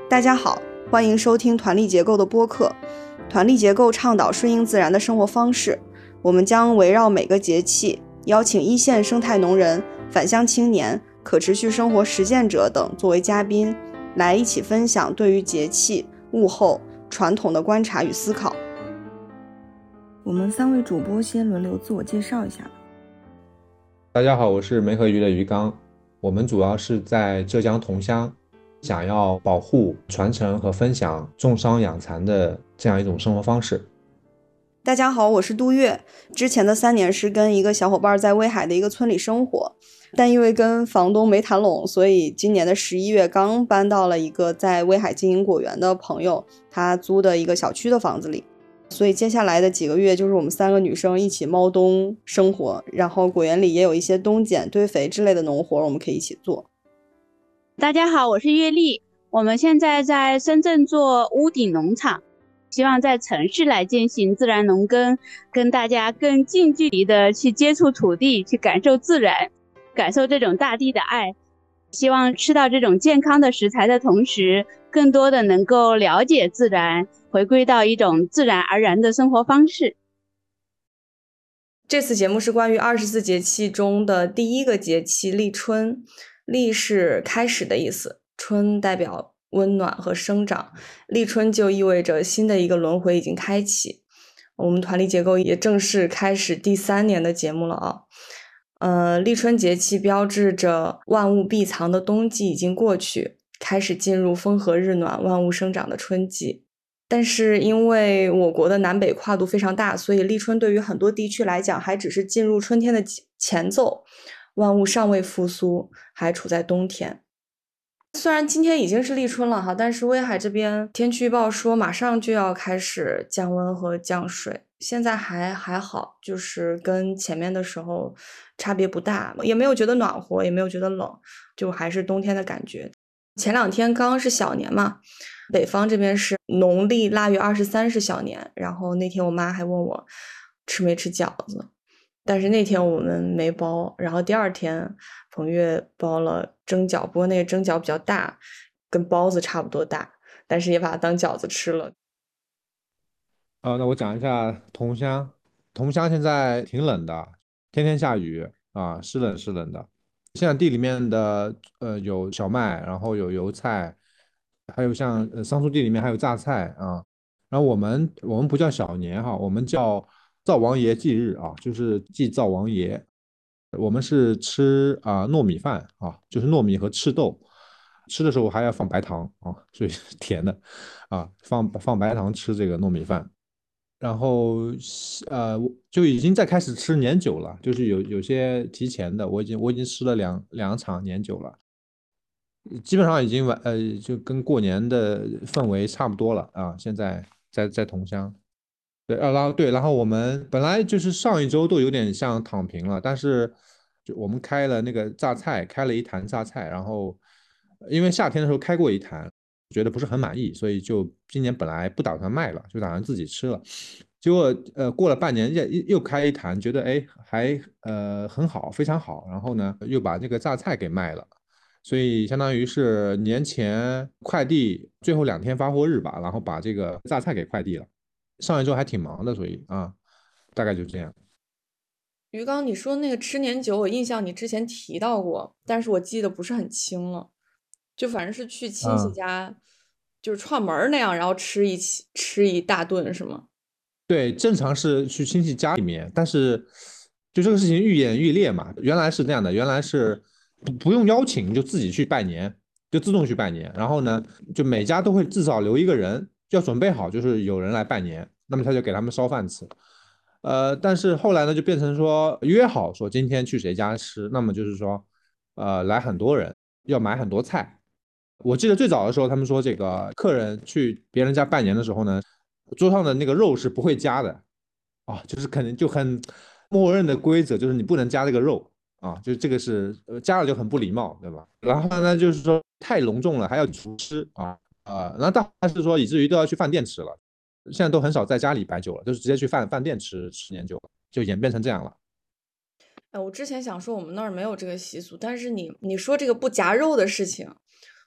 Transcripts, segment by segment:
大家好，欢迎收听团力结构的播客。团力结构倡导顺应自然的生活方式，我们将围绕每个节气，邀请一线生态农人、返乡青年、可持续生活实践者等作为嘉宾，来一起分享对于节气、物候、传统的观察与思考。我们3位主播先轮流自我介绍一下。 大家好，我是梅河鱼的鱼缸。我们主要是在浙江桐乡，想要保护、传承和分享种桑养蚕的这样一种生活方式。 大家好，我是杜月。之前的3年是跟一个小伙伴在威海的一个村里生活，但因为跟房东没谈拢，所以今年的11月刚搬到了一个在威海经营果园的朋友他租的一个小区的房子里。所以接下来的几个月就是我们3个女生一起猫冬生活，然后果园里也有一些冬剪、堆肥之类的农活我们可以一起做。 大家好，我是月丽。我们现在在深圳做屋顶农场，希望在城市来进行自然农耕，跟大家更近距离的去接触土地，去感受自然，感受这种大地的爱。希望吃到这种健康的食材的同时，更多的能够了解自然，回归到一种自然而然的生活方式。 这次节目是关于24节气中的第一个节气立春。立是开始的意思，春代表温暖和生长，立春就意味着新的一个轮回已经开启。我们团力结构也正式开始第3年的节目了啊。立春节气标志着万物闭藏的冬季已经过去，开始进入风和日暖、万物生长的春季。但是因为我国的南北跨度非常大，所以立春对于很多地区来讲还只是进入春天的前奏，万物尚未复苏，还处在冬天。虽然今天已经是立春了哈，但是威海这边天气预报说马上就要开始降温和降水，现在还好，就是跟前面的时候差别不大，也没有觉得暖和，也没有觉得冷，就还是冬天的感觉。前2天刚刚是小年嘛，北方这边是农历腊月23是小年，然后那天我妈还问我吃没吃饺子，但是那天我们没包，然后第2天彭越包了蒸饺，不过那个蒸饺比较大，跟包子差不多大，但是也把它当饺子吃了。 那我讲一下桐乡。桐乡现在挺冷的，天天下雨啊，湿冷湿冷的。现在地里面的有小麦，然后有油菜，还有像桑树地里面还有榨菜啊。然后我们不叫小年哈，我们叫灶王爷祭日啊，就是祭灶王爷。我们是吃糯米饭啊，就是糯米和赤豆，吃的时候还要放白糖啊，所以是甜的啊，放白糖吃这个糯米饭。然后就已经在开始吃年酒了，就是有些提前的，我已经吃了两场年酒了，基本上已经就跟过年的氛围差不多了啊。现在在桐乡。对，然后我们本来就是上一周都有点像躺平了，但是就我们开了那个榨菜，开了一坛榨菜，然后因为夏天的时候开过一坛，觉得不是很满意，所以就今年本来不打算卖了，就打算自己吃了。结果过了半年又开一坛，觉得哎还很好，非常好，然后呢又把这个榨菜给卖了。所以相当于是年前快递最后2天发货日吧，然后把这个榨菜给快递了。上一周还挺忙的，所以大概就这样。 鱼缸，你说那个吃年酒，我印象你之前提到过，但是我记得不是很清了。就反正是去亲戚嗯， 家，就是串门那样，然后吃一大顿，是吗？ 对，正常是去亲戚家里面，但是就这个事情愈演愈烈嘛。原来是这样的，原来是不用邀请就自己去拜年，就自动去拜年。然后呢，就每家都会至少留一个人，要准备好，就是有人来拜年，那么他就给他们烧饭吃。但是后来呢，就变成说约好说今天去谁家吃，那么就是说，来很多人，要买很多菜。我记得最早的时候，他们说这个客人去别人家拜年的时候呢，桌上的那个肉是不会加的啊，就是可能就很默认的规则，就是你不能加这个肉啊，就这个是加了就很不礼貌，对吧？然后呢，就是说太隆重了，还要厨师然后但是说以至于都要去饭店吃了，现在都很少在家里摆酒了，就是直接去饭店吃年酒了，就演变成这样了。 哎，我之前想说我们那儿没有这个习俗，但是你说这个不夹肉的事情，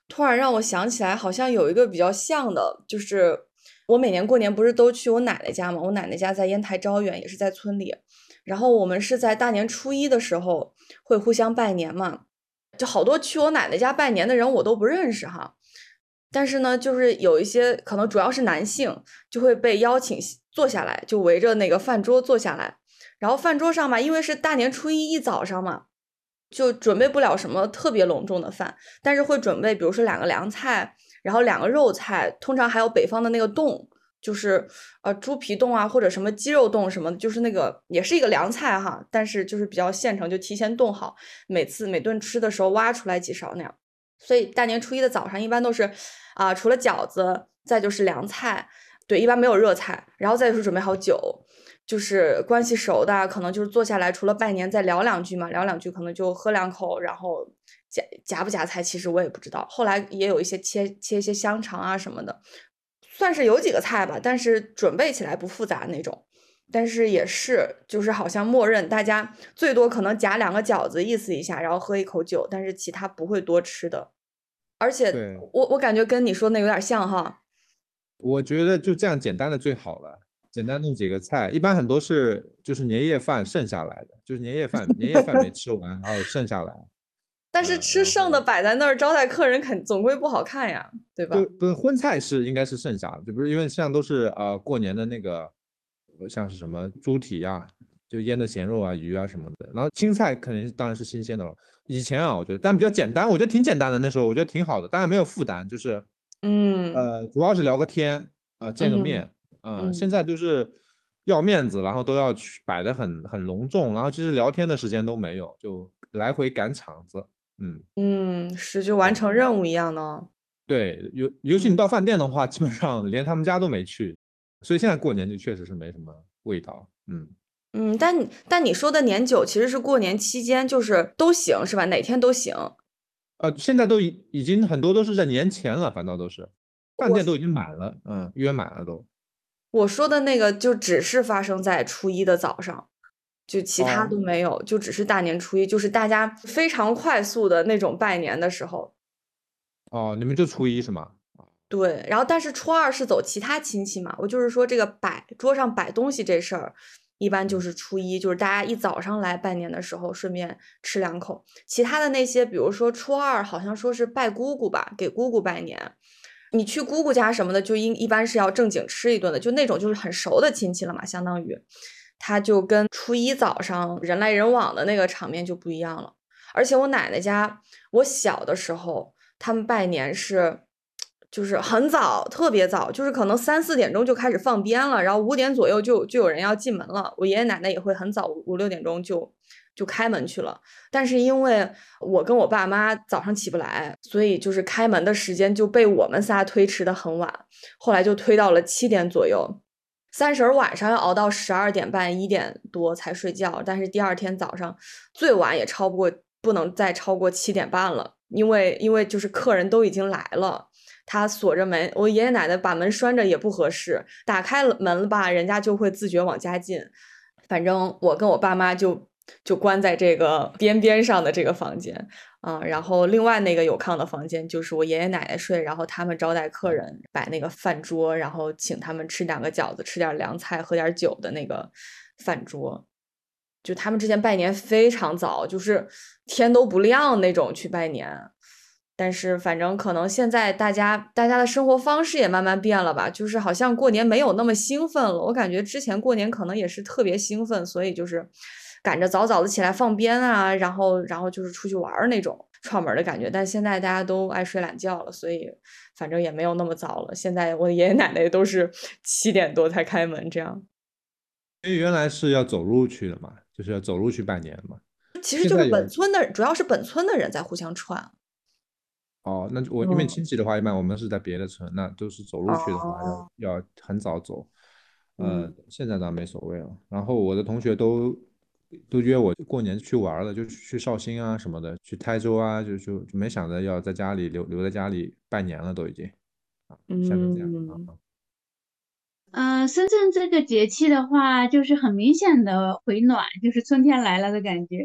突然让我想起来，好像有一个比较像的，就是我每年过年不是都去我奶奶家吗？我奶奶家在烟台招远，也是在村里。然后我们是在大年初一的时候会互相拜年嘛，就好多去我奶奶家拜年的人我都不认识哈。但是呢，就是有一些可能主要是男性，就会被邀请坐下来，就围着那个饭桌坐下来。然后饭桌上嘛，因为是大年初一一早上嘛，就准备不了什么特别隆重的饭，但是会准备，比如说2个凉菜，然后2个肉菜，通常还有北方的那个冻，就是猪皮冻啊，或者什么鸡肉冻什么的，就是那个也是一个凉菜哈，但是就是比较现成，就提前冻好，每顿吃的时候挖出来几勺那样。所以大年初一的早上一般都是除了饺子，再就是凉菜，对，一般没有热菜，然后再就是准备好酒。就是关系熟的，可能就是坐下来，除了拜年再聊两句嘛，聊两句可能就喝2口，然后夹不夹菜，其实我也不知道。后来也有一些切一些香肠啊什么的，算是有几个菜吧，但是准备起来不复杂那种。但是也是，就是好像默认大家最多可能夹2个饺子意思一下，然后喝1口酒，但是其他不会多吃的。而且对， 我感觉跟你说那有点像哈。 我觉得就这样简单的最好了。简单弄几个菜，一般很多是就是年夜饭剩下来的，就是年夜饭没吃完，然后剩下来， 但是吃剩的然后摆在那儿招待客人，总归不好看呀，对吧？ 不是荤菜应该是剩下的，就不是因为像都是过年的那个像是什么猪蹄啊，就腌的咸肉啊、鱼啊什么的，然后青菜肯定当然是新鲜的了。以前啊，我觉得但比较简单，我觉得挺简单的，那时候我觉得挺好的，当然没有负担，就是嗯主要是聊个天见个嗯面现嗯在就是要面子，然后都要去摆的很隆重，然后其实聊天的时间都没有，就来回赶场子，嗯。 嗯，是就完对。 成任务一样的哦。 对，尤其你嗯到饭店的话，基本上连他们家都没去，所以现在过年就确实是没什么味道。嗯， 嗯，但你说的年酒其实是过年期间，就是都行是吧？哪天都行。 现在都已经很多都是在年前了，反倒都是饭我店都已经满了，约满了都。 我说的那个就只是发生在初一的早上，就其他哦都没有，就只是大年初一，就是大家非常快速的那种拜年的时候。 哦，你们就初一是吗？ 对，然后但是初二是走其他亲戚嘛，我就是说这个桌上摆东西这事儿，一般就嗯是初一，就是大家一早上来拜年的时候顺便吃2口。其他的那些，比如说初二好像说是拜姑姑吧，给姑姑拜年，你去姑姑家什么的，就一般是要正经吃一顿的，就那种就是很熟的亲戚了嘛，相当于，他就跟初一早上人来人往的那个场面就不一样了。而且我奶奶家，我小的时候他们拜年是。就是很早，特别早，就是可能3、4点钟就开始放鞭了，然后5点左右就有人要进门了。我爷爷奶奶也会很早，5、6点钟就开门去了。但是因为我跟我爸妈早上起不来，所以就是开门的时间就被我们仨推迟的很晚，后来就推到了7点左右。30晚上要熬到12点半、1点多才睡觉，但是第二天早上最晚也不能再超过7点半了，因为就是客人都已经来了。他锁着门，我爷爷奶奶把门拴着也不合适，打开了门了吧，人家就会自觉往家进。反正我跟我爸妈就关在这个边上的这个房间然后另外那个有炕的房间就是我爷爷奶奶睡，然后他们招待客人，摆那个饭桌，然后请他们吃2个饺子，吃点凉菜，喝点酒的那个饭桌。就他们之前拜年非常早，就是天都不亮那种去拜年。但是反正可能现在大家的生活方式也慢慢变了吧，就是好像过年没有那么兴奋了。我感觉之前过年可能也是特别兴奋，所以就是赶着早早的起来放鞭啊，然后就是出去玩那种串门的感觉。但现在大家都爱睡懒觉了，所以反正也没有那么早了。现在我爷爷奶奶都是7点多才开门这样。 因为原来是要走路去的嘛，就是要走路去拜年嘛。 其实就是现在有本村的，主要是本村的人在互相串。 哦，那我因为嗯， 亲戚的话，一般我们是在别的村，那都是走路去的话， 哦， 要很早走。 嗯。 现在倒没所谓了。然后我的同学都约我过年去玩了，就去绍兴啊什么的，去台州啊，就没想着要在家里留在家里拜年了，都已经现在这样嗯深圳这个节气的话，就是很明显的回暖，就是春天来了的感觉。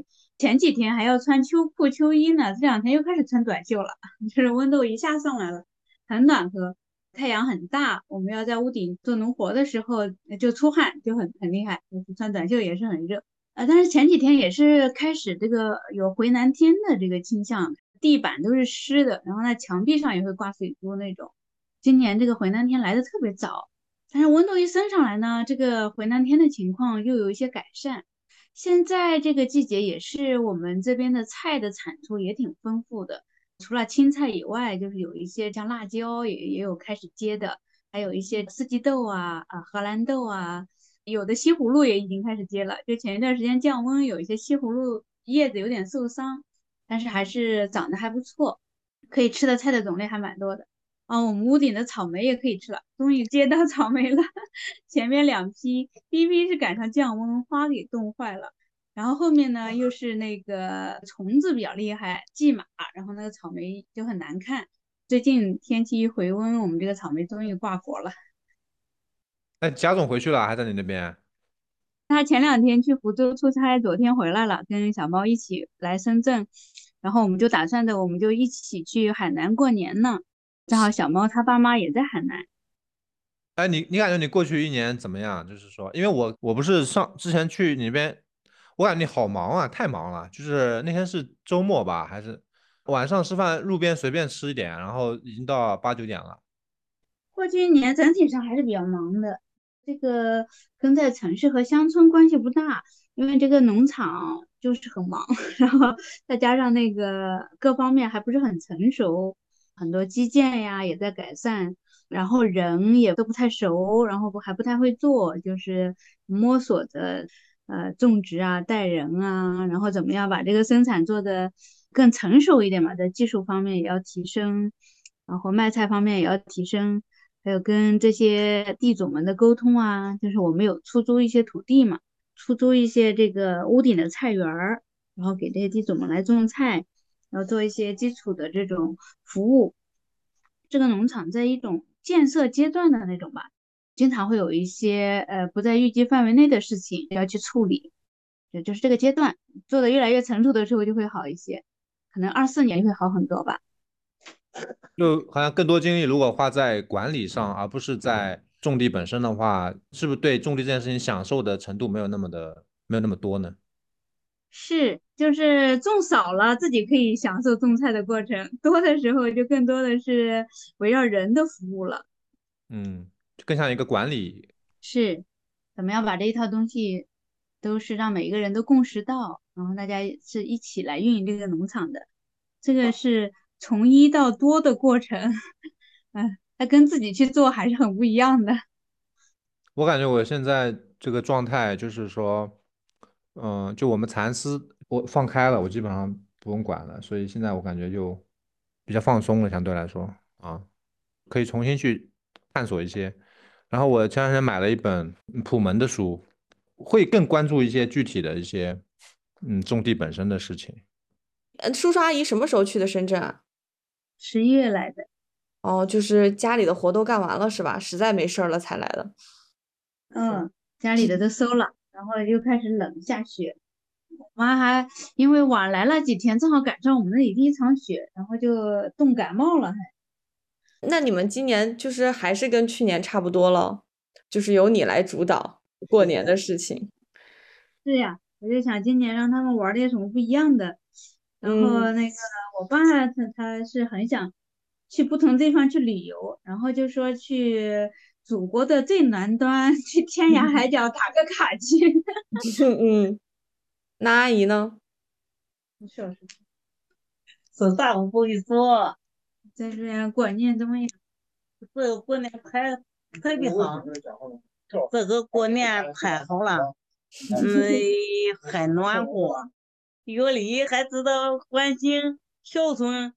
前几天还要穿秋裤秋衣呢，这2天又开始穿短袖了，就是温度一下上来了，很暖和，太阳很大，我们要在屋顶做农活的时候就出汗，就很厉害，就是穿短袖也是很热。但是前几天也是开始这个有回南天的这个倾向，地板都是湿的，然后呢墙壁上也会挂水珠那种。今年这个回南天来的特别早，但是温度一升上来呢，这个回南天的情况又有一些改善。现在这个季节也是我们这边的菜的产出也挺丰富的，除了青菜以外，就是有一些像辣椒也有开始结的，还有一些四季豆荷兰豆啊，有的西葫芦也已经开始结了。就前一段时间降温，有一些西葫芦叶子有点受伤，但是还是长得还不错，可以吃的菜的种类还蛮多的。我们屋顶的草莓也可以吃了，终于接到草莓了。前面2批，第一批是赶上降温，花给冻坏了，然后后面呢又是那个虫子比较厉害，蓟马，然后那个草莓就很难看。最近天气一回温，我们这个草莓终于挂果了。 哎，贾总回去了，还在你那边？ 他前2天去福州出差，昨天回来了，跟小猫一起来深圳，然后我们就打算我们就一起去海南过年呢。正好小猫他爸妈也在海南。 哎，你感觉你过去1年怎么样？就是说，因为我不是之前去你那边，我感觉你好忙啊，太忙了。就是那天是周末吧，还是晚上吃饭，路边随便吃一点，然后已经到8、9点了。 过去1年整体上还是比较忙的，这个跟在城市和乡村关系不大，因为这个农场就是很忙，然后再加上那个各方面还不是很成熟，很多基建呀也在改善，然后人也都不太熟，然后还不太会做，就是摸索着种植啊、带人啊，然后怎么样把这个生产做得更成熟一点嘛，在技术方面也要提升，然后卖菜方面也要提升。还有跟这些地主们的沟通啊，就是我们有出租一些土地嘛，出租一些这个屋顶的菜园儿，然后给这些地主们来种菜，然后做一些基础的这种服务。这个农场在一种建设阶段的那种吧，经常会有一些不在预计范围内的事情要去处理，就是这个阶段做的越来越成熟的时候就会好一些，可能24年就会好很多吧。 就好像更多精力如果花在管理上，而不是在种地本身的话，是不是对种地这件事情享受的程度没有那么多呢？ 是，就是种少了自己可以享受种菜的过程，多的时候就更多的是围绕人的服务了。 嗯，就更像一个管理。 是，怎么样把这一套东西都是让每一个人都共识到，然后大家是一起来运营这个农场的，这个是从一到多的过程，它跟自己去做还是很不一样的。 我感觉我现在这个状态就是说，就我们蚕丝我放开了，我基本上不用管了，所以现在我感觉就比较放松了，相对来说啊，可以重新去探索一些。然后我前两天买了一本普门的书，会更关注一些具体的一些种地本身的事情。 叔叔阿姨什么时候去的深圳啊？ 11月来的。 哦，就是家里的活都干完了是吧？实在没事儿了才来的。 家里的都收了，然后又开始冷下雪。我妈还因为晚来了几天，正好赶上我们那里第一场雪，然后就冻感冒了还。 那你们今年就是还是跟去年差不多了，就是由你来主导过年的事情。 是呀，我就想今年让他们玩点什么不一样的。然后嗯， 那个我爸他是很想去不同地方去旅游，然后就说去祖国的最南端，去天涯海角打个卡去。 嗯，那阿姨呢？ 是， 说啥我不会说， 在这边过年怎么样？ 这个过年太特别好，这个过年太好了，还暖和，月里还知道关心孝顺，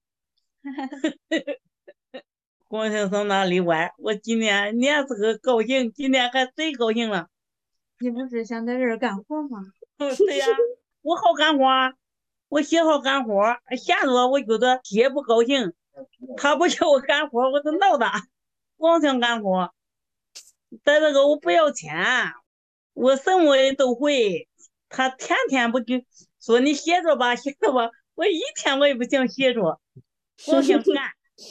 光想上哪里玩？我今年年这个高兴，今年还最高兴了。 你不是想在这儿干活吗？ 对呀，我好干活，我媳好干活，闲着我觉得姐不高兴，她不叫我干活，我就闹她，光想干活。在这个我不要钱，我什么都会，她天天不就说你歇着吧，歇着吧。我一天我也不想歇着，光想干。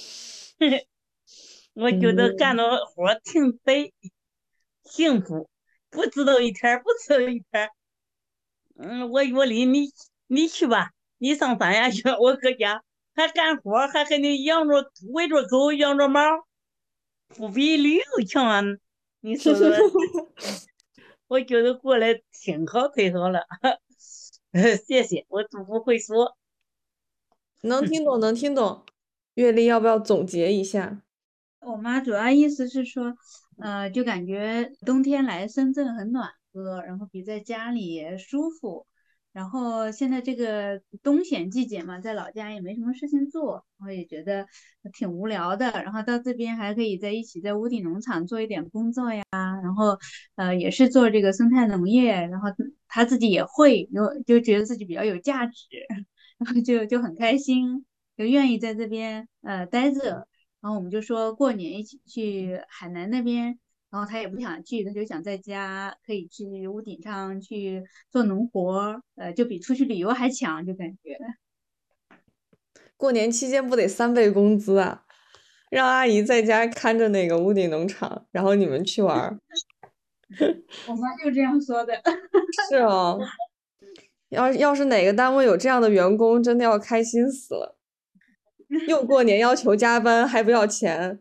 我觉得干的活挺得幸福，不知道一天不知道一天。我约里你去吧，你上山下去，我搁家还干活，还给你养着喂着狗，养着猫，不比旅游强啊？你说说，我觉得过来挺好，忒好了。谢谢，我都不会说。 能听懂，能听懂。月历要不要总结一下？ 我妈主要意思是说，就感觉冬天来深圳很暖和，然后比在家里也舒服。然后现在这个冬闲季节嘛，在老家也没什么事情做，然后也觉得挺无聊的。然后到这边还可以在一起在屋顶农场做一点工作呀，然后也是做这个生态农业，然后他自己也会，就觉得自己比较有价值，然后就很开心，就愿意在这边待着。然后我们就说过年一起去海南那边，然后他也不想去，他就想在家可以去屋顶上去做农活，就比出去旅游还强，就感觉。 过年期间不得3倍工资啊？让阿姨在家看着那个屋顶农场，然后你们去玩儿。 我妈就这样说的。 是哦，要是哪个单位有这样的员工，真的要开心死了。又过年要求加班，还不要钱。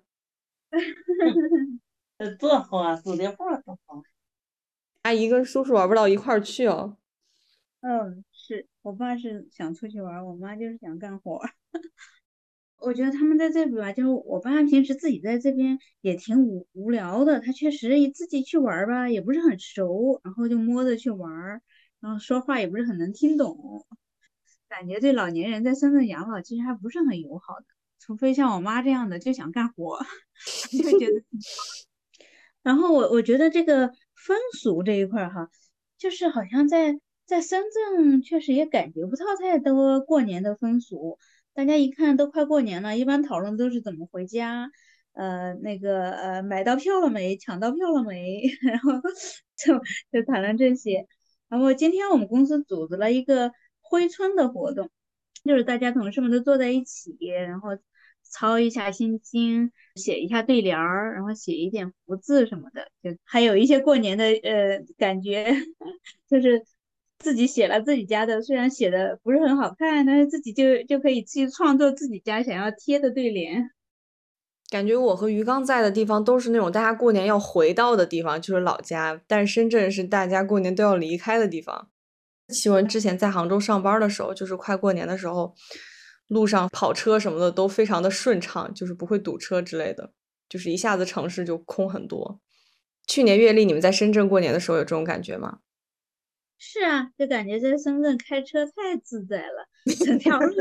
多好啊，做点活多好。 阿姨跟叔叔玩不到一块儿去哦。 嗯，是我爸是想出去玩，我妈就是想干活。我觉得他们在这里吧，就是我爸平时自己在这边也挺无聊的，他确实也自己去玩吧，也不是很熟，然后就摸着去玩，然后说话也不是很能听懂，感觉对老年人在深圳养老其实还不是很友好的，除非像我妈这样的就想干活，就觉得。然后我觉得这个风俗这一块儿哈，就是好像在深圳确实也感觉不到太多过年的风俗。大家一看都快过年了，一般讨论都是怎么回家，买到票了没，抢到票了没，然后就就谈论这些。然后今天我们公司组织了一个挥春的活动，就是大家同事们都坐在一起，然后操一下心经，写一下对联儿，然后写一点福字什么的，就还有一些过年的感觉，就是自己写了自己家的，虽然写的不是很好看，但是自己就可以去创作自己家想要贴的对联。 感觉我和鱼缸在的地方都是那种大家过年要回到的地方，就是老家。但是深圳是大家过年都要离开的地方。奇文之前在杭州上班的时候，就是快过年的时候，路上跑车什么的都非常的顺畅，就是不会堵车之类的，就是一下子城市就空很多。去年月历你们在深圳过年的时候有这种感觉吗？ 是啊，就感觉在深圳开车太自在了，整条路。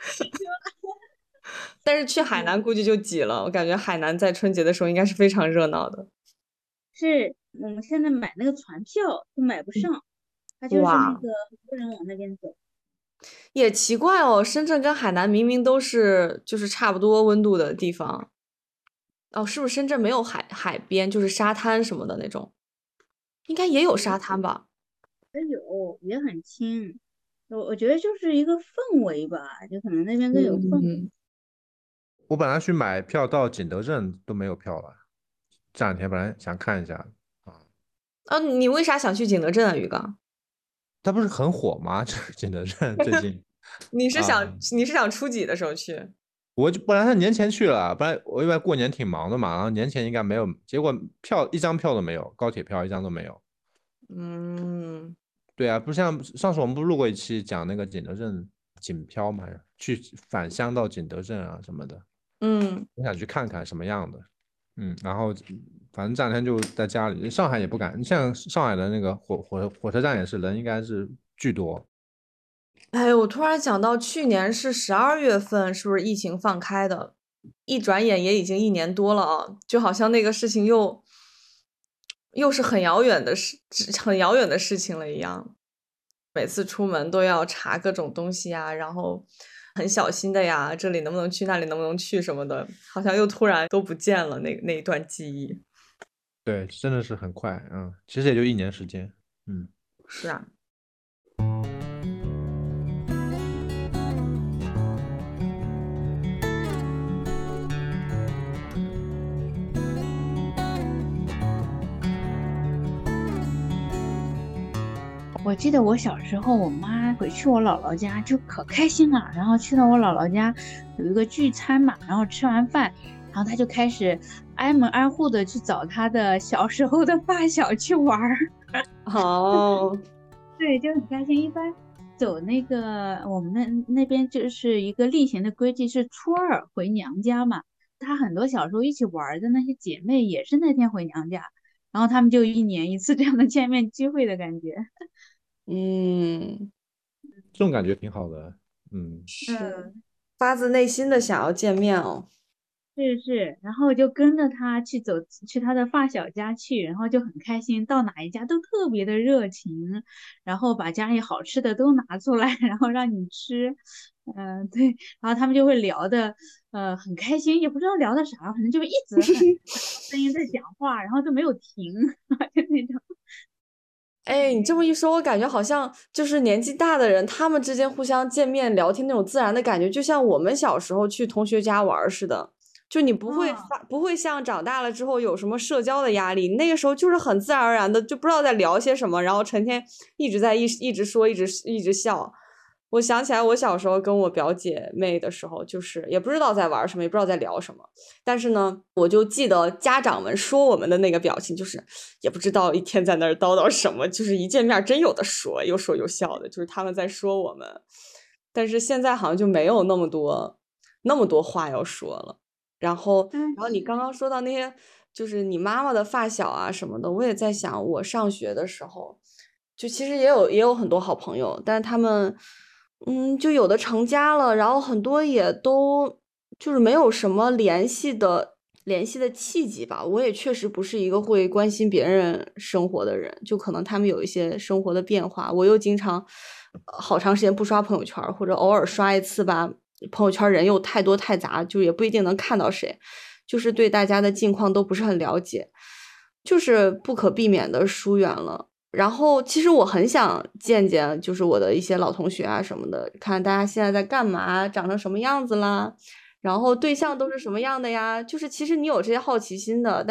但是去海南估计就挤了，我感觉海南在春节的时候应该是非常热闹的。 是我们现在买那个船票都买不上，他就是那哇， 个很多人往那边走。 也奇怪哦，深圳跟海南明明都是就是差不多温度的地方，哦，是不是深圳没有海边，就是沙滩什么的那种？应该也有沙滩吧？ 也有，也很轻。我觉得就是一个氛围吧，就可能那边更有氛围。 嗯， 我本来去买票到景德镇都没有票了，这两天本来想看一下啊， 你为啥想去景德镇啊，鱼缸？ 它不是很火吗？这个景德镇最近你是啊， 想你是想初几的时候去？ 我就本来他年前去了，本来我因为过年挺忙的嘛，然后年前应该没有，结果一张票都没有，高铁票一张都没有。 嗯， 对啊，不像上次我们不录过一期讲那个景德镇景漂嘛，去返乡到景德镇啊什么的， 嗯， 我想去看看什么样的。然后反正这两天就在家里，上海也不敢，像上海的那个火车站也是人应该是巨多。 哎，我突然想到，去年是12月份，是不是疫情放开的？一转眼也已经1年多了啊，就好像那个事情又是很遥远的事情了一样。每次出门都要查各种东西啊，然后很小心的呀，这里能不能去，那里能不能去什么的，好像又突然都不见了那一段记忆。 对，真的是很快，其实也就1年时间。 是啊。 我记得我小时候，我妈回去我姥姥家就可开心了，然后去到我姥姥家有一个聚餐嘛，然后吃完饭，然后她就开始挨门挨户的去找她的小时候的发小去玩儿。 哦， 对，就很开心。一般走那个我们那边就是一个例行的规矩，是初二回娘家嘛。她很多小时候一起玩的那些姐妹也是那天回娘家，然后她们就一年一次这样的见面聚会的感觉。 嗯， 这种感觉挺好的。 是发自内心的想要见面哦。 是是，然后就跟着他去走，去他的发小家去，然后就很开心，到哪一家都特别的热情，然后把家里好吃的都拿出来，然后让你吃，对，然后他们就会聊的，很开心，也不知道聊的啥，反正就一直很高声音在讲话，然后都没有停，就那种。 哎，你这么一说，我感觉好像就是年纪大的人，他们之间互相见面聊天那种自然的感觉，就像我们小时候去同学家玩似的。就你不会像长大了之后有什么社交的压力，那个时候就是很自然而然的，就不知道在聊些什么，然后成天一直在一直说，一直笑。我想起来，我小时候跟我表姐妹的时候，就是也不知道在玩什么，也不知道在聊什么，但是呢，我就记得家长们说我们的那个表情，就是也不知道一天在那儿叨叨什么，就是一见面真有的说，又说又笑的，就是他们在说我们。但是现在好像就没有那么多话要说了。然后你刚刚说到那些，就是你妈妈的发小啊什么的，我也在想，我上学的时候，就其实也有很多好朋友，但是他们，就有的成家了，然后很多也都就是没有什么联系的契机吧。我也确实不是一个会关心别人生活的人，就可能他们有一些生活的变化，我又经常好长时间不刷朋友圈，或者偶尔刷一次吧。朋友圈人又太多太杂，就也不一定能看到谁，就是对大家的近况都不是很了解，就是不可避免的疏远了。然后其实我很想见见，就是我的一些老同学啊什么的，看大家现在在干嘛，长成什么样子啦，然后对象都是什么样的呀？就是其实你有这些好奇心的，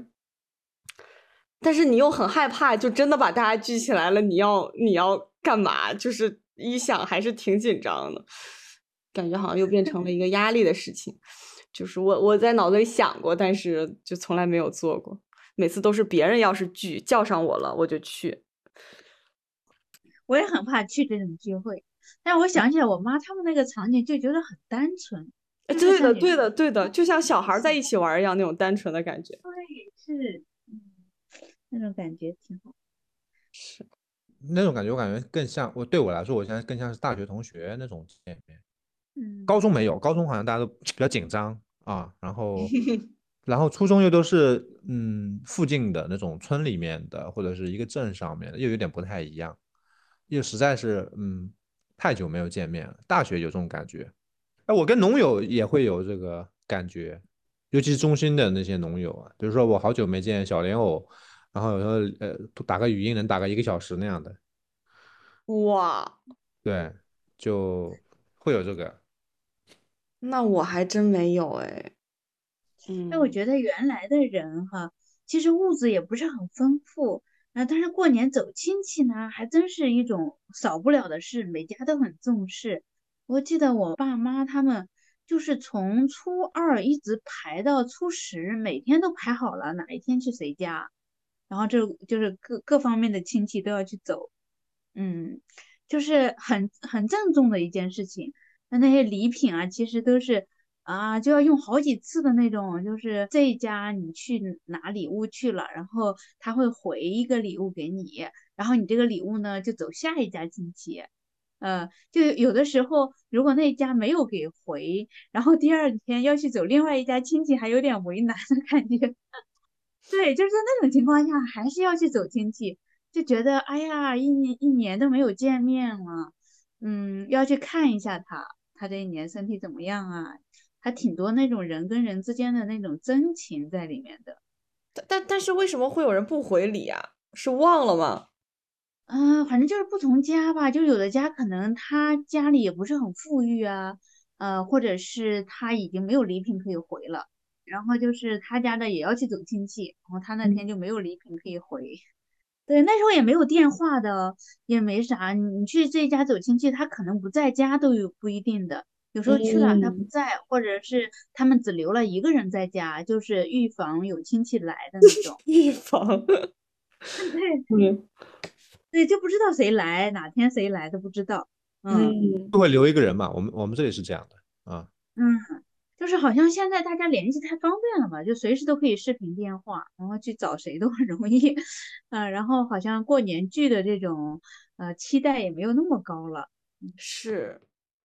但是你又很害怕，就真的把大家聚起来了，你要干嘛？就是一想还是挺紧张的，感觉好像又变成了一个压力的事情。就是我在脑子里想过，但是就从来没有做过。每次都是别人要是叫上我了，我就去。 我也很怕去这种聚会，但我想起来我妈他们那个场景，就觉得很单纯，就是对的， 像你说对的，对的，就像小孩在一起玩一样，那种单纯的感觉。 对，是，那种感觉挺好。 那种感觉，我感觉更像对我来说，我现在更像是大学同学那种见面。高嗯， 中没有，高中好像大家都比较紧张啊，然后初中又都是附近的那种村里面的，或者是一个镇上面的，又有点不太一样，又实在是太久没有见面了。大学有这种感觉，哎，我跟农友也会有这个感觉，尤其是中心的那些农友啊，比如说我好久没见小莲藕，然后有时候打个语音能打个1个小时那样的， 哇， 对，就会有这个。 那我还真没有哎。 哎，我嗯。 觉得原来的人哈，其实物质也不是很丰富，但是过年走亲戚呢，还真是一种少不了的事，每家都很重视。我记得我爸妈他们就是从初二一直排到初十，每天都排好了哪一天去谁家，然后就是各方面的亲戚都要去走。嗯，就是很郑重的一件事情。那些礼品啊，其实都是就要用好几次的那种，就是这一家你去拿礼物去了，然后他会回一个礼物给你，然后你这个礼物呢就走下一家亲戚。就有的时候，如果那一家没有给回，然后第二天要去走另外一家亲戚，还有点为难的感觉。对，就是在那种情况下，还是要去走亲戚，就觉得哎呀，一年都没有见面了，要去看一下他这一年身体怎么样啊？还挺多那种人跟人之间的那种真情在里面的。 但是为什么会有人不回礼啊？是忘了吗？ 反正就是不同家吧，就有的家可能他家里也不是很富裕啊，或者是他已经没有礼品可以回了，然后就是他家的也要去走亲戚，然后他那天就没有礼品可以回。 对，那时候也没有电话的，也没啥，你去这家走亲戚，他可能不在家都有不一定的，有时候去了他不在，或者是他们只留了一个人在家，就是预防有亲戚来的那种。 预防。 对，对，就不知道谁来，哪天谁来都不知道。 就会留一个人嘛，我们这里是这样的啊。 就是好像现在大家联系太方便了嘛，就随时都可以视频电话，然后去找谁都很容易。然后好像过年聚的这种期待也没有那么高了。 是。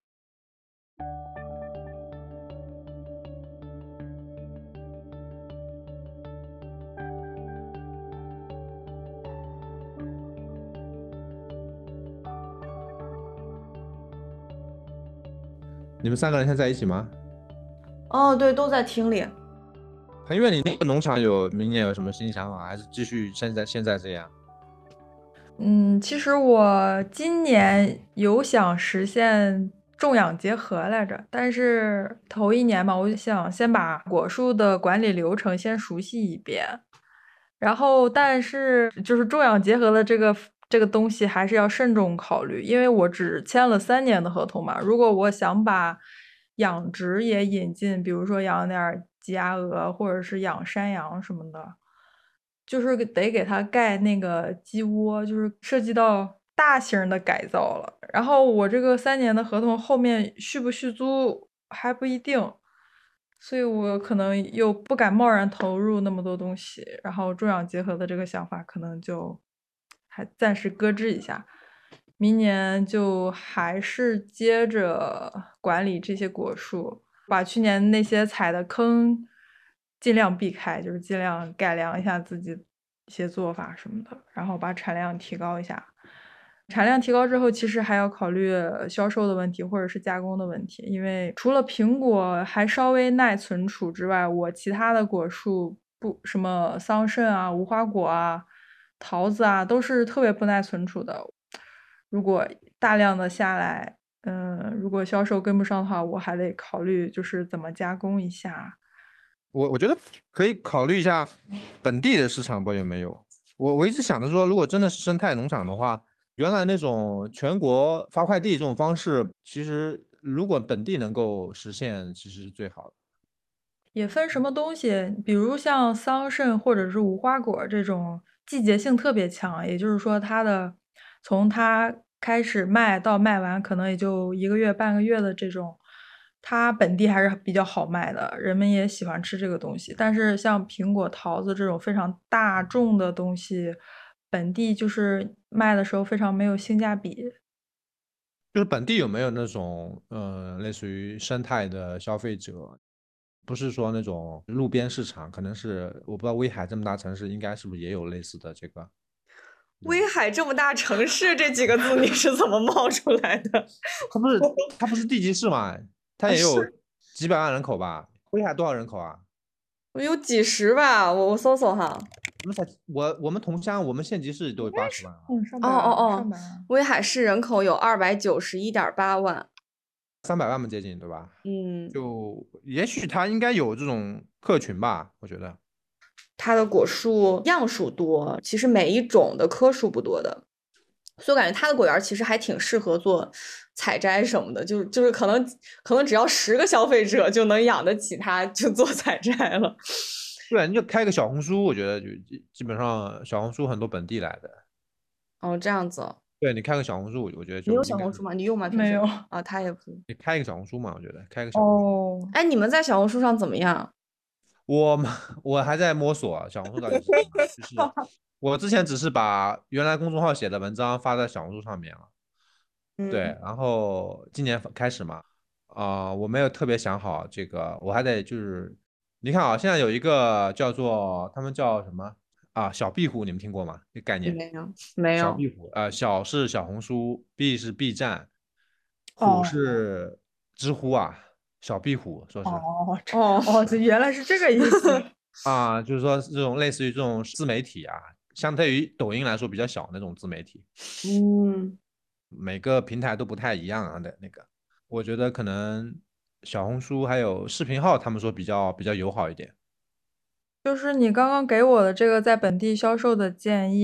你们3个人现在在一起吗？ 哦，对，都在厅里。 彭越，你那个农场明年有什么新想法，还是继续现在这样？ 其实我今年有想实现种养结合来着，但是头1年嘛，我就想先把果树的管理流程先熟悉一遍，然后但是就是种养结合的这个东西还是要慎重考虑，因为我只签了3年的合同嘛，如果我想把养殖也引进，比如说养点鸡鸭鹅或者是养山羊什么的，就是得给它盖那个鸡窝，就是涉及到大型的改造了。然后我这个3年的合同后面续不续租还不一定，所以我可能又不敢贸然投入那么多东西，然后种养结合的这个想法可能就还暂时搁置一下。明年就还是接着管理这些果树，把去年那些踩的坑尽量避开，就是尽量改良一下自己一些做法什么的，然后把产量提高一下。产量提高之后，其实还要考虑销售的问题或者是加工的问题，因为除了苹果还稍微耐存储之外，我其他的果树什么桑葚啊、无花果啊、桃子啊，都是特别不耐存储的。如果大量的下来，如果销售跟不上的话，我还得考虑就是怎么加工一下。 我觉得可以考虑一下本地的市场，不知道有没有。我一直想着说，如果真的是生态农场的话，原来那种全国发快递这种方式，其实如果本地能够实现，其实是最好的。 也分什么东西，比如像桑葚或者是无花果这种季节性特别强，也就是说从它开始卖到卖完可能也就1个月半个月的这种，它本地还是比较好卖的，人们也喜欢吃这个东西。但是像苹果、桃子这种非常大众的东西，本地就是卖的时候非常没有性价比。 就是本地有没有那种类似于生态的消费者？不是说那种路边市场，可能是我不知道威海这么大城市，应该是不是也有类似的这个？ 威海这么大城市，这几个字你是怎么冒出来的？ 它不是地级市嘛？它也有几百万人口吧？威海多少人口啊？ 我有几十吧，我搜搜哈。 我们同乡，我们县级市都有80万啊。 上百万。 威海市人口有291.8万 ，300万嘛接近，对吧？ 嗯， 就也许它应该有这种客群吧，我觉得。 它的果树样数多，其实每一种的棵数不多的，所以我感觉它的果园其实还挺适合做采摘什么的，就是可能只要10个消费者就能养得起它，就做采摘了。 对，你就开个小红书，我觉得就基本上小红书很多本地来的。 哦，这样子。 对，你开个小红书，我觉得就你有小红书吗？你用吗？ 没有啊，他也不。 你开一个小红书嘛，我觉得开个小红书。 哎，你们在小红书上怎么样？ 我还在摸索小红书到底是什么，就是我之前只是把原来公众号写的文章发在小红书上面了。对，然后今年开始嘛，我没有特别想好这个，我还得就是你看啊，现在有一个叫做他们叫什么啊？小壁虎，你们听过吗？这概念？ 没有。 小壁虎，小是小红书，B 是 B 站，虎是知乎啊。小壁虎说是这原来是这个意思啊，就是说这种类似于这种自媒体啊，相对于抖音来说比较小那种自媒体。每个平台都不太一样啊的那个，我觉得可能小红书还有视频号，他们说比较友好一点。 就是你刚刚给我的这个在本地销售的建议，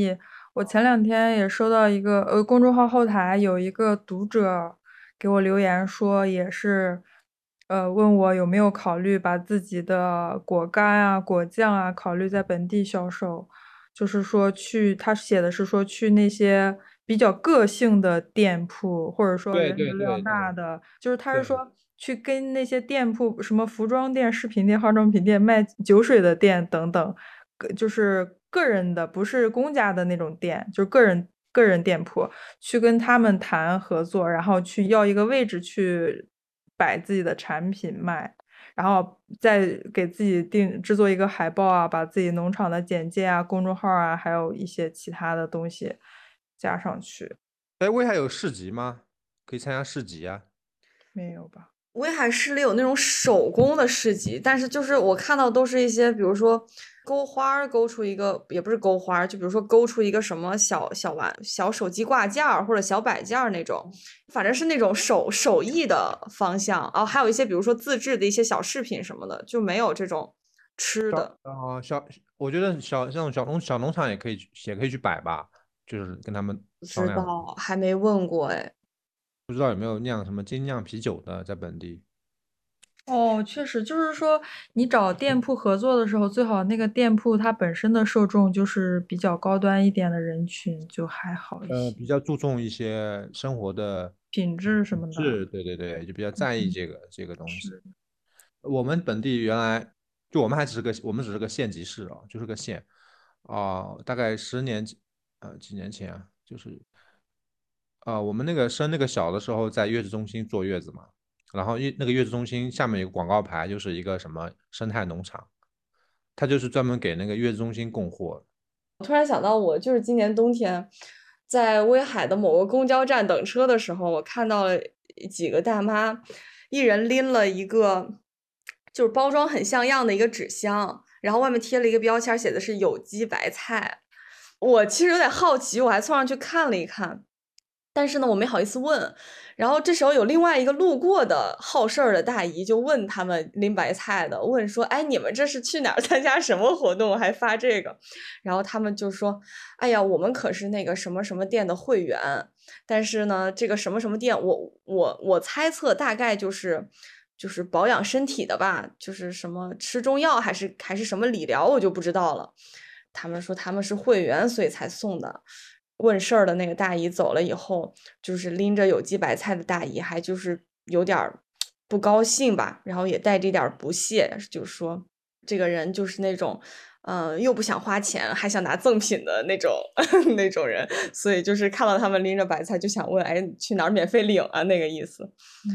我前2天也收到一个公众号后台有一个读者给我留言说，也是问我有没有考虑把自己的果干啊、果酱啊考虑在本地销售，就是说他写的是说去那些比较个性的店铺，或者说对人流量对对大的，就是他是对说去跟那些店铺，什么服装店、饰品店、化妆品店、卖酒水的店等等。就是个人的，不是公家的那种店，就是个人店铺，去跟他们谈合作，然后去要一个位置去摆自己的产品卖，然后再给自己制作一个海报啊，把自己农场的简介啊、公众号啊，还有一些其他的东西加上去。 哎，威海有市集吗？可以参加市集啊。 没有吧？ 威海市里有那种手工的市集，但是就是我看到都是一些，比如说勾花勾出一个，也不是勾花，就比如说勾出一个什么小手机挂件或者小摆件那种，反正是那种手艺的方向。然后还有一些比如说自制的一些小饰品什么的，就没有这种吃的。 我觉得这种小农场也可以去摆吧，就是跟他们不商量， 知道，还没问过哎。 不知道有没有酿什么精酿啤酒的在本地。 哦，确实，就是说你找店铺合作的时候，最好那个店铺它本身的受众就是比较高端一点的人群，就还好一些， 比较注重一些生活的品质什么的。 对对对，就比较在意这个东西。 是， 我们本地原来就我们只是个县级市啊，就是个县大概几年前啊，就是我们生那个小的时候在月子中心坐月子嘛，然后那个月子中心下面有个广告牌，就是一个什么生态农场，它就是专门给那个月子中心供货。 我突然想到，我就是今年冬天在威海的某个公交站等车的时候，我看到了几个大妈，一人拎了一个就是包装很像样的一个纸箱，然后外面贴了一个标签，写的是有机白菜。我其实有点好奇，我还凑上去看了一看，但是呢，我没好意思问。然后这时候有另外一个路过的好事儿的大姨就问他们拎白菜的，问说：“哎，你们这是去哪儿参加什么活动，还发这个？”然后他们就说：“哎呀，我们可是那个什么什么店的会员，但是呢，这个什么什么店，我猜测大概就是保养身体的吧，就是什么吃中药还是什么理疗，我就不知道了。他们说他们是会员，所以才送的。”问事儿的那个大姨走了以后，就是拎着有机白菜的大姨还就是有点不高兴吧，然后也带着点不屑，就说这个人就是那种，又不想花钱，还想拿赠品的那种那种人，所以就是看到他们拎着白菜就想问，哎，去哪儿免费领啊？那个意思。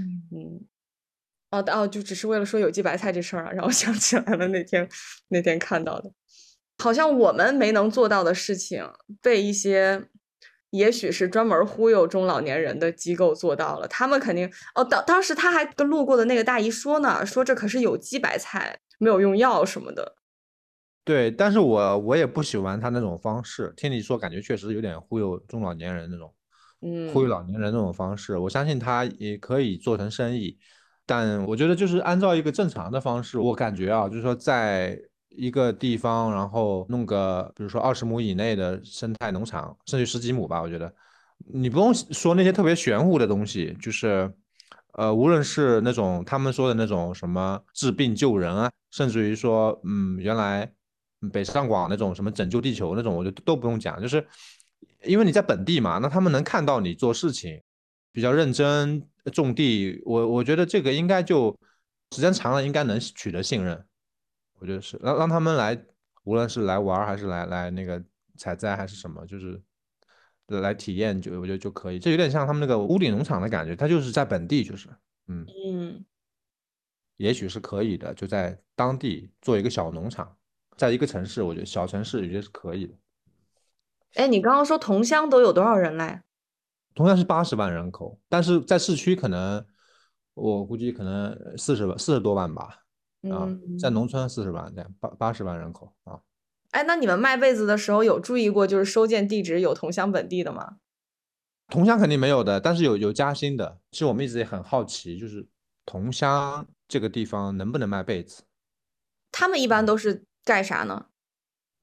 就只是为了说有机白菜这事儿啊，让我想起来了那天看到的。好像我们没能做到的事情，被一些也许是专门忽悠中老年人的机构做到了。他们肯定当时他还跟路过的那个大姨说呢，说这可是有机白菜，没有用药什么的。 对，但是我也不喜欢他那种方式，听你说感觉确实有点忽悠中老年人那种，忽悠老年人那种方式。我相信他也可以做成生意，但我觉得就是按照一个正常的方式，我感觉就是说在一个地方，然后弄个比如说20亩以内的生态农场，甚至10几亩吧，我觉得你不用说那些特别玄乎的东西，就是无论是那种他们说的那种什么治病救人啊，甚至于说原来北上广那种什么拯救地球那种，我觉得都不用讲，就是因为你在本地嘛，那他们能看到你做事情比较认真种地，我觉得这个应该就时间长了应该能取得信任。我觉得是让他们来，无论是来玩还是来那个采摘还是什么，就是来体验，我觉得就可以。这有点像他们那个屋顶农场的感觉，它就是在本地，就是嗯， 也许是可以的，就在当地做一个小农场，在一个城市，我觉得小城市我觉得是可以的。 哎，你刚刚说同乡都有多少人来？ 同样是80万人口，但是在市区可能我估计可能40多万吧，在嗯， 农村40万这样80万人口啊。 哎，那你们卖被子的时候有注意过，就是收件地址有同乡本地的吗？ 同乡肯定没有的，但是有加薪的。其实我们一直也很好奇，就是同乡这个地方能不能卖被子？ 他们一般都是干啥呢？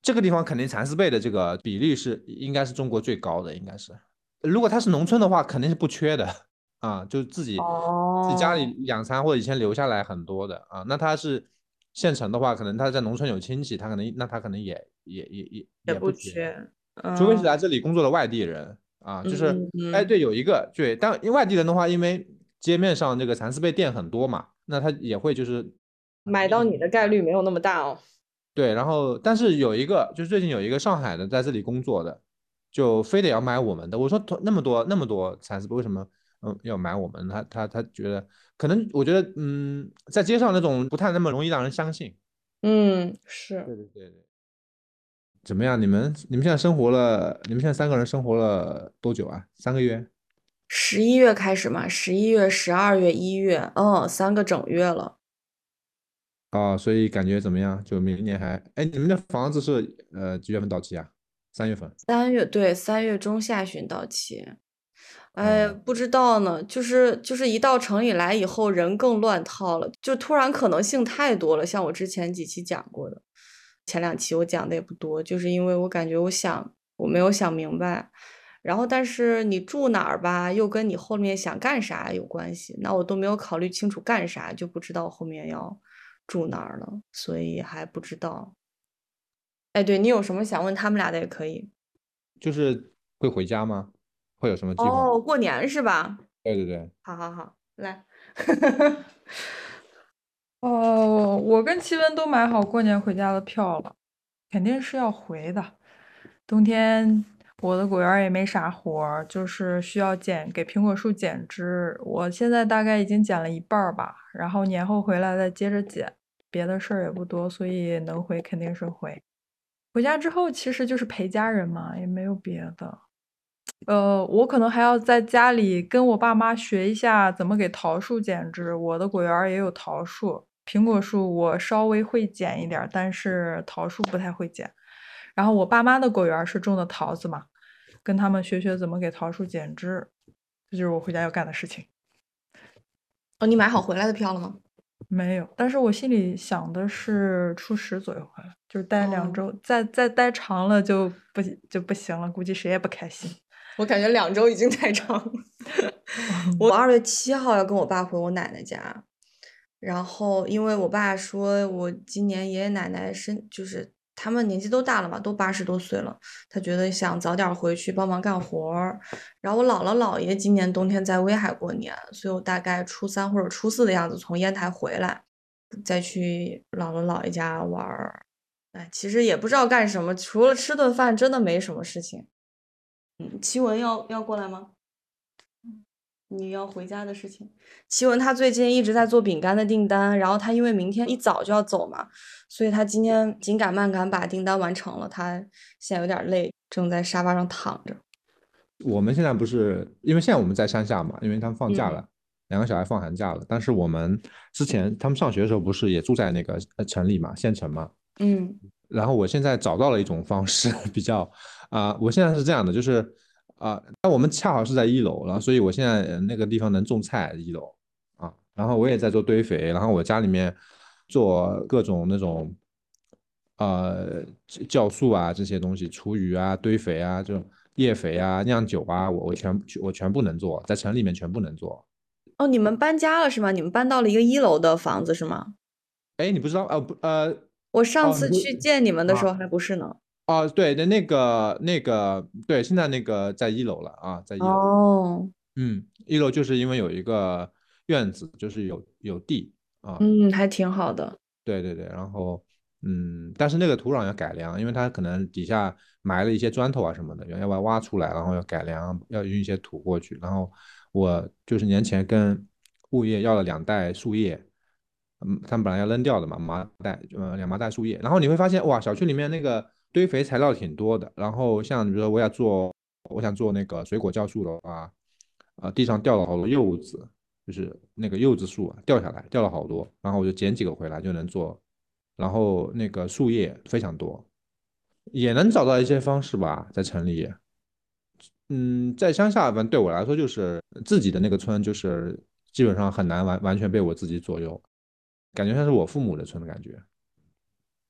这个地方肯定蚕丝被的这个比例应该是中国最高的，应该是。如果它是农村的话，肯定是不缺的啊，就是自己家里养蚕或者以前留下来很多的啊。那他是县城的话，可能他在农村有亲戚，他可能也不不缺， 缺， 除非是来这里工作的外地人啊。就是哎，对，有一个对，但因为外地人的话，因为街面上这个蚕丝被店很多嘛，那他也会就是买到你的概率没有那么大哦。 对，然后但是就是最近有一个上海的在这里工作的，就非得要买我们的。我说那么多蚕丝被，为什么要买我们？他觉得可能我觉得在街上那种不太那么容易让人相信。 是。 对对对对。怎么样？你们现在生活了？你们现在3个人生活了多久啊？3个月 11月开始嘛，11月、12月、1月，3个整月了。 啊，所以感觉怎么样？就明年哎，你们的房子是几月份到期啊？3月份。 3月，对，3月中下旬到期。哎，不知道呢，就是一到城里来以后，人更乱套了，就突然可能性太多了。像我之前几期讲过的，前2期我讲的也不多，就是因为我感觉我没有想明白，然后但是你住哪儿吧，又跟你后面想干啥有关系，那我都没有考虑清楚干啥，就不知道后面要住哪儿了，所以还不知道。哎，对，你有什么想问他们俩的也可以。 就是会回家吗？会有什么计划？ 哦，过年是吧？ 对对对。 好好好，来。 我跟奇文都买好过年回家的票了，肯定是要回的。冬天我的果园也没啥活儿，就是需要给苹果树剪枝。我现在大概已经剪了一半儿吧，然后年后回来再接着剪。别的事儿也不多，所以能回肯定是回。回家之后其实就是陪家人嘛，也没有别的。我可能还要在家里跟我爸妈学一下怎么给桃树剪枝。我的果园也有桃树，苹果树我稍微会剪一点，但是桃树不太会剪。然后我爸妈的果园是种的桃子嘛，跟他们学学怎么给桃树剪枝，这就是我回家要干的事情。 哦，你买好回来的票了吗？ 没有，但是我心里想的是初10左右回来，就是待2周，再待长了就不行了，估计谁也不开心。 我感觉2周已经太长了。我2月7号要跟我爸回我奶奶家，然后因为我爸说我今年爷爷奶奶就是他们年纪都大了嘛，都80多岁了，他觉得想早点回去帮忙干活儿。然后我姥姥姥爷今年冬天在威海过年，所以我大概初3或者初4的样子从烟台回来，再去姥姥姥爷家玩儿。哎，其实也不知道干什么，除了吃顿饭，真的没什么事情。奇文要过来吗？你要回家的事情。奇文他最近一直在做饼干的订单，然后他因为明天一早就要走嘛，所以他今天紧赶慢赶把订单完成了。他现在有点累，正在沙发上躺着。 我们现在不是因为现在我们在山下嘛，因为他们放假了，2个小孩放寒假了。但是我们之前他们上学的时候不是也住在那个城里嘛，县城嘛。然后我现在找到了一种方式，比较我现在是这样的，就是那我们恰好是在1楼，然后所以我现在那个地方能种菜，1楼然后我也在做堆肥，然后我家里面做各种那种酵素啊这些东西，厨余啊、堆肥啊、这种叶肥啊、酿酒啊，我全部能做，在城里面全部能做。 哦，你们搬家了是吗？你们搬到了一个1楼的房子是吗？ 哎，你不知道我上次去见你们的时候还不是呢。 对的，对，现在那个在1楼了在1楼。 哦 ，1楼就是因为有一个院子，就是有地还挺好的。 对对对，然后但是那个土壤要改良，因为它可能底下埋了一些砖头啊什么的，要把它挖出来，然后要改良，要运一些土过去。然后我就是年前跟物业要了2袋树叶，他们本来要扔掉的嘛，2麻袋树叶。然后你会发现，哇，小区里面那个堆肥材料挺多的。然后像比如说我想做那个水果酵素的话，地上掉了好多柚子，就是那个柚子树掉下来，掉了好多，然后我就捡几个回来就能做。然后那个树叶非常多，也能找到一些方式吧，在城里。在乡下，反正对我来说就是自己的那个村，就是基本上很难完全被我自己左右，感觉像是我父母的村的感觉。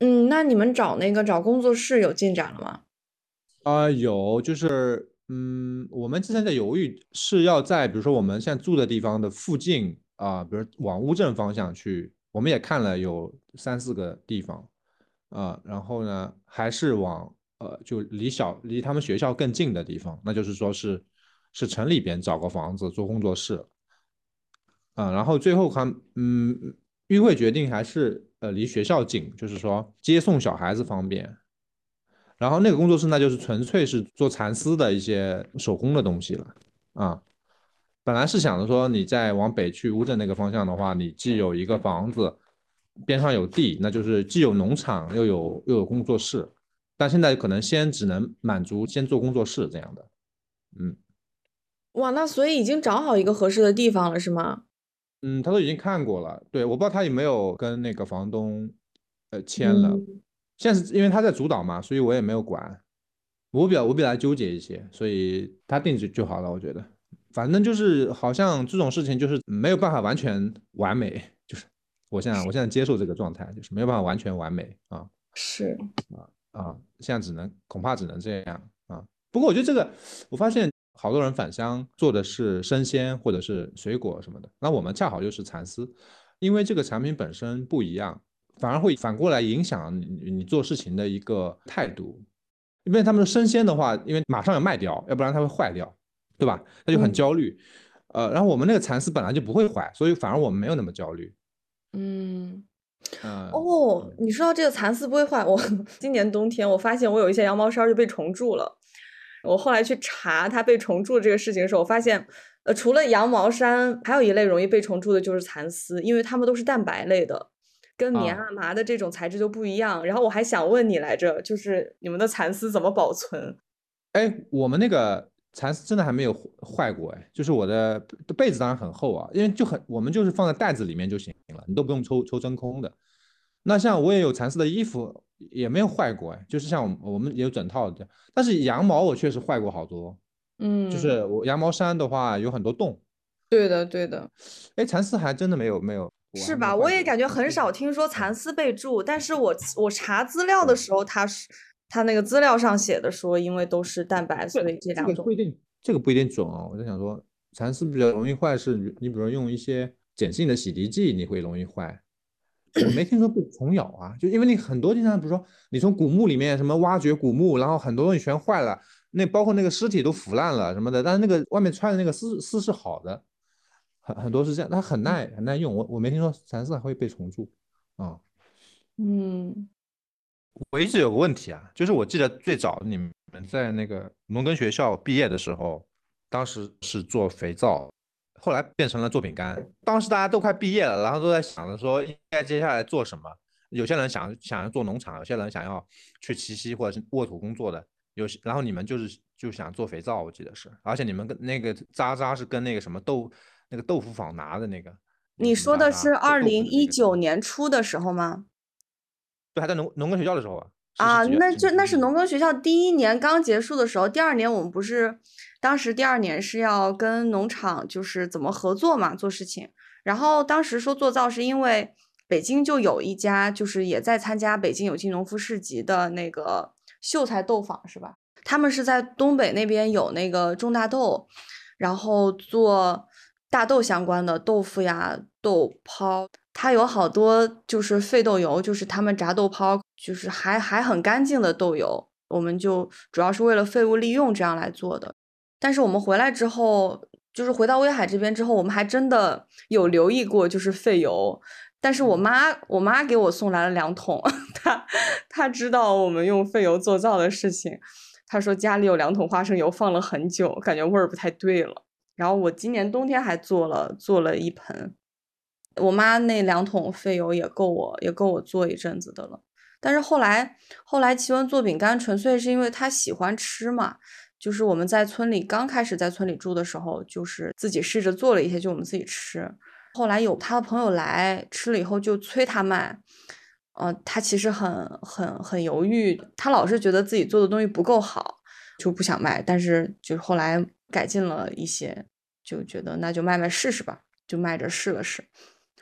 那你们找工作室有进展了吗？ 有，就是我们之前在犹豫是要在比如说我们现在住的地方的附近比如往乌镇方向去，我们也看了有3、4个地方然后呢还是往就离他们学校更近的地方，那就是说是城里边找个房子做工作室然后最后议会决定还是离学校近，就是说接送小孩子方便。然后那个工作室那就是纯粹是做蚕丝的一些手工的东西了本来是想着说你再往北去乌镇那个方向的话，你既有一个房子，边上有地，那就是既有农场又有工作室。但现在可能只能满足先做工作室这样的。 哇，那所以已经找好一个合适的地方了，是吗？ 他都已经看过了。对，我不知道他有没有跟那个房东签了。 嗯， 现在是因为他在主导嘛，所以我也没有管。我比较纠结一些，所以他定就好了，我觉得。反正就是好像这种事情就是没有办法完全完美，就是我现在接受这个状态，就是没有办法完全完美是。 现在恐怕只能这样不过我觉得这个，我发现好多人返乡做的是生鲜或者是水果什么的，那我们恰好就是蚕丝，因为这个产品本身不一样，反而会反过来影响你做事情的一个态度。因为他们生鲜的话，因为马上要卖掉，要不然它会坏掉，对吧？他就很焦虑。然后我们那个蚕丝本来就不会坏，所以反而我们没有那么焦虑。 嗯。 嗯， 你说到这个蚕丝不会坏，我今年冬天我发现我有一些羊毛衫就被虫蛀了。我后来去查它被虫蛀这个事情的时候，我发现，除了羊毛衫，还有一类容易被虫蛀的就是蚕丝，因为它们都是蛋白类的，跟棉麻的这种材质就不一样。然后我还想问你来着，就是你们的蚕丝怎么保存？ 我们那个蚕丝真的还没有坏过就是我的被子当然很厚因为我们就是放在袋子里面就行了，你都不用抽真空的。那像我也有蚕丝的衣服，也没有坏过就是像我们也有整套的，但是羊毛我确实坏过好多，就是我羊毛衫的话有很多洞。 对的，对的。 蚕丝还真的没有，我是吧？我也还没有坏过。 感觉很少听说蚕丝被蛀，但是我查资料的时候，他那个资料上写的说，因为都是蛋白，所以这两种。 这个不一定准我在想说，蚕丝比较容易坏是，你比如用一些碱性的洗涤剂，你会容易坏。我没听说被虫咬就因为你很多地方，比如说你从古墓里面什么挖掘古墓，然后很多东西全坏了，那包括那个尸体都腐烂了什么的，但是那个外面穿的那个丝是好的，很多是这样，它很耐用。我没听说蚕丝还会被虫蛀啊。 嗯。 我一直有个问题就是我记得最早你们在那个农耕学校毕业的时候，当时是做肥皂，后来变成了做饼干。当时大家都快毕业了，然后都在想着说应该接下来做什么。有些人想要做农场，有些人想要去栖息或者是沃土工作的，然后你们就想做肥皂，我记得是，而且你们跟那个渣是跟那个什么那个豆腐坊拿的那个你说的是豆腐的那个 2019年初的时候吗？ 对，还在农耕学校的时候那是农耕学校第一年刚结束的时候，第二年我们不是，当时第二年是要跟农场就是怎么合作嘛，做事情。然后当时说做皂是因为北京就有一家就是也在参加北京有机农夫市集的那个秀才豆坊是吧？他们是在东北那边有那个种大豆，然后做大豆相关的豆腐呀、豆泡。它有好多就是废豆油，就是他们炸豆泡，就是还很干净的豆油，我们就主要是为了废物利用这样来做的。但是我们回来之后，就是回到威海这边之后，我们还真的有留意过就是废油。但是我妈给我送来了2桶，她知道我们用废油做皂的事情，她说家里有2桶花生油放了很久，感觉味儿不太对了。然后我今年冬天还做了1盆。我妈那2桶废油也够我做一阵子的了。但是后来齐文做饼干，纯粹是因为她喜欢吃嘛。就是我们在村里刚开始在村里住的时候，就是自己试着做了一些，就我们自己吃。后来有他的朋友来吃了以后，就催他卖。他其实很犹豫，他老是觉得自己做的东西不够好，就不想卖。但是就后来改进了一些，就觉得那就卖试试吧，就卖着试了试。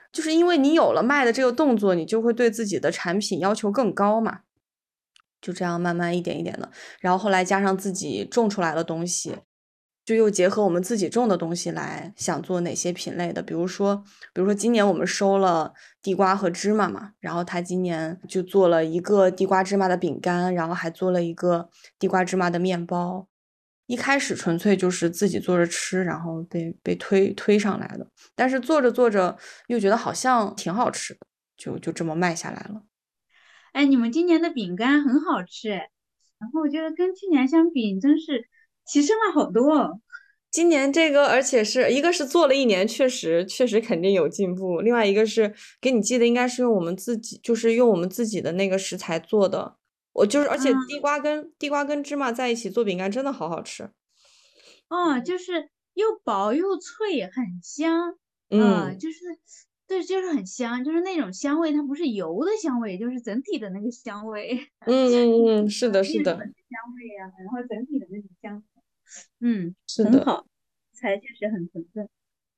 就是因为你有了卖的这个动作，你就会对自己的产品要求更高嘛。就这样慢慢一点一点的，然后后来加上自己种出来的东西，就又结合我们自己种的东西来想做哪些品类的，比如说今年我们收了地瓜和芝麻嘛，然后他今年就做了一个地瓜芝麻的饼干，然后还做了一个地瓜芝麻的面包。一开始纯粹就是自己做着吃，然后被推上来的，但是做着做着又觉得好像挺好吃的，就这么卖下来了。 哎，你们今年的饼干很好吃哎，然后我觉得跟去年相比，真是提升了好多哦。 今年这个，而且是一个是做了1年，确实肯定有进步。另外一个是给你寄的，应该是用我们自己，就是用我们自己的那个食材做的。而且地瓜跟芝麻在一起做饼干真的好好吃。 哦，就是又薄又脆，很香。就是对，就是很香，就是那种香味，它不是油的香味，就是整体的那个香味。 是的，是的， 面粉的香味啊，然后整体的那种香， 是的。 很好，才确实很纯正。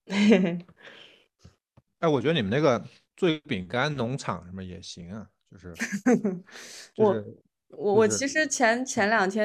哎，我觉得你们那个做一个饼干农场什么也行啊，就是我其实前2天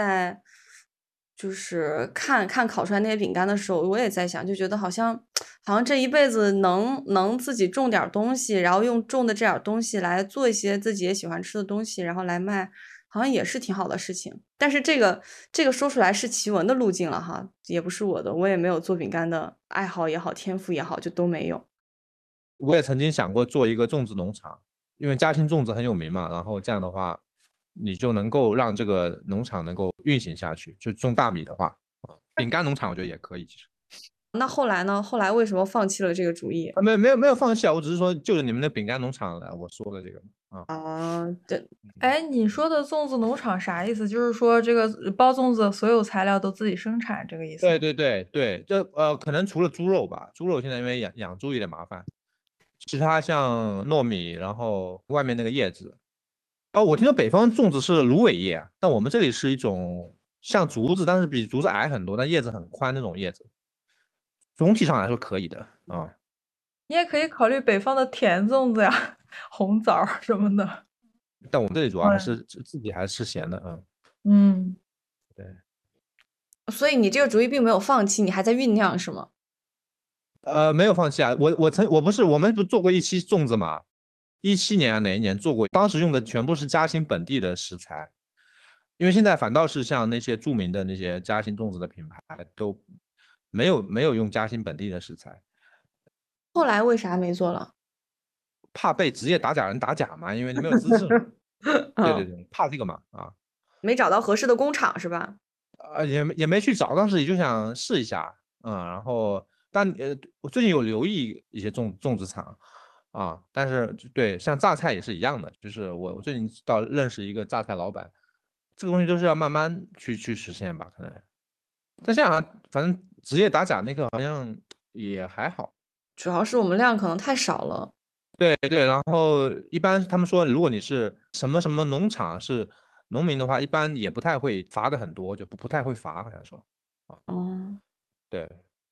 就是看烤出来那些饼干的时候，我也在想，就觉得好像这一辈子能自己种点东西，然后用种的这点东西来做一些自己也喜欢吃的东西，然后来卖，好像也是挺好的事情。但是这个说出来是奇闻的路径了哈，也不是我的，我也没有做饼干的爱好也好，天赋也好，就都没有。 我也曾经想过做一个粽子农场，因为嘉兴粽子很有名嘛，然后这样的话，你就能够让这个农场能够运行下去。就种大米的话，饼干农场我觉得也可以。其实， 那后来呢？后来为什么放弃了这个主意？ 没有放弃啊，我只是说就着你们的饼干农场来，我说的这个对。 哎，你说的粽子农场啥意思？就是说这个包粽子所有材料都自己生产，这个意思？ 对，这可能除了猪肉吧，猪肉现在因为养猪有点麻烦。其他像糯米，然后外面那个叶子，我听说北方粽子是芦苇叶，但我们这里是一种像竹子，但是比竹子矮很多，但叶子很宽那种叶子。总体上来说可以的啊。 你也可以考虑北方的甜粽子呀，红枣什么的。 但我们这里主要还是自己还是吃咸的，对。 所以你这个主意并没有放弃，你还在酝酿是吗？ 没有放弃啊，我们不做过一期粽子嘛，17年哪一年做过，当时用的全部是嘉兴本地的食材，因为现在反倒是像那些著名的那些嘉兴粽子的品牌都没有用嘉兴本地的食材。 后来为啥没做了？ 怕被职业打假人打假嘛，因为你没有资质嘛。对，怕这个嘛没找到合适的工厂是吧？ 也没去找，当时也就想试一下，然后我最近有留意一些种植场但是对，像榨菜也是一样的，就是我最近认识一个榨菜老板，这个东西都是要慢慢去实现吧，可能。但像反正职业打假那个好像也还好， 主要是我们量可能太少了。 对，然后一般他们说，如果你是什么农场是农民的话，一般也不太会罚的很多，就不太会罚，好像说对。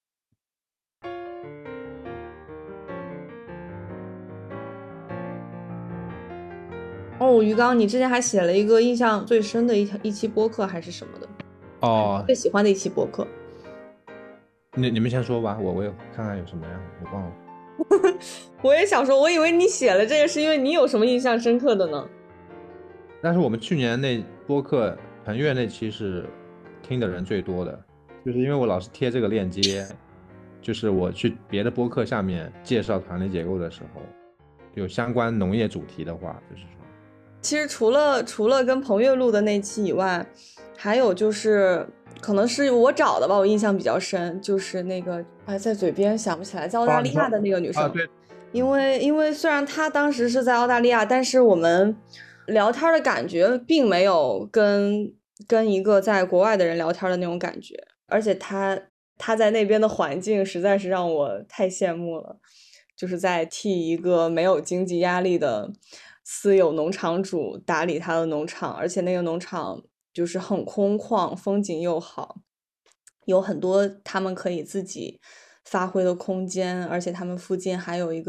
鱼缸，你之前还写了一个印象最深的一期播客还是什么的？最喜欢的一期播客。 你们先说吧，我也看看有什么呀，我忘了。 我也想说，我以为你写了这个是因为你有什么印象深刻的呢？ 但是我们去年那播客彭越那期是听的人最多的，就是因为我老是贴这个链接，就是我去别的播客下面介绍团队结构的时候，有相关农业主题的话，就是说， 其实除了跟彭越录的那期以外，还有就是可能是我找的吧，我印象比较深，就是那个在嘴边想不起来，在澳大利亚的那个女生。 对， 因为虽然她当时是在澳大利亚，但是我们聊天的感觉并没有跟一个在国外的人聊天的那种感觉，而且她在那边的环境实在是让我太羡慕了，就是在替一个没有经济压力的私有农场主打理他的农场，而且那个农场就是很空旷，风景又好，有很多他们可以自己发挥的空间，而且他们附近还有一个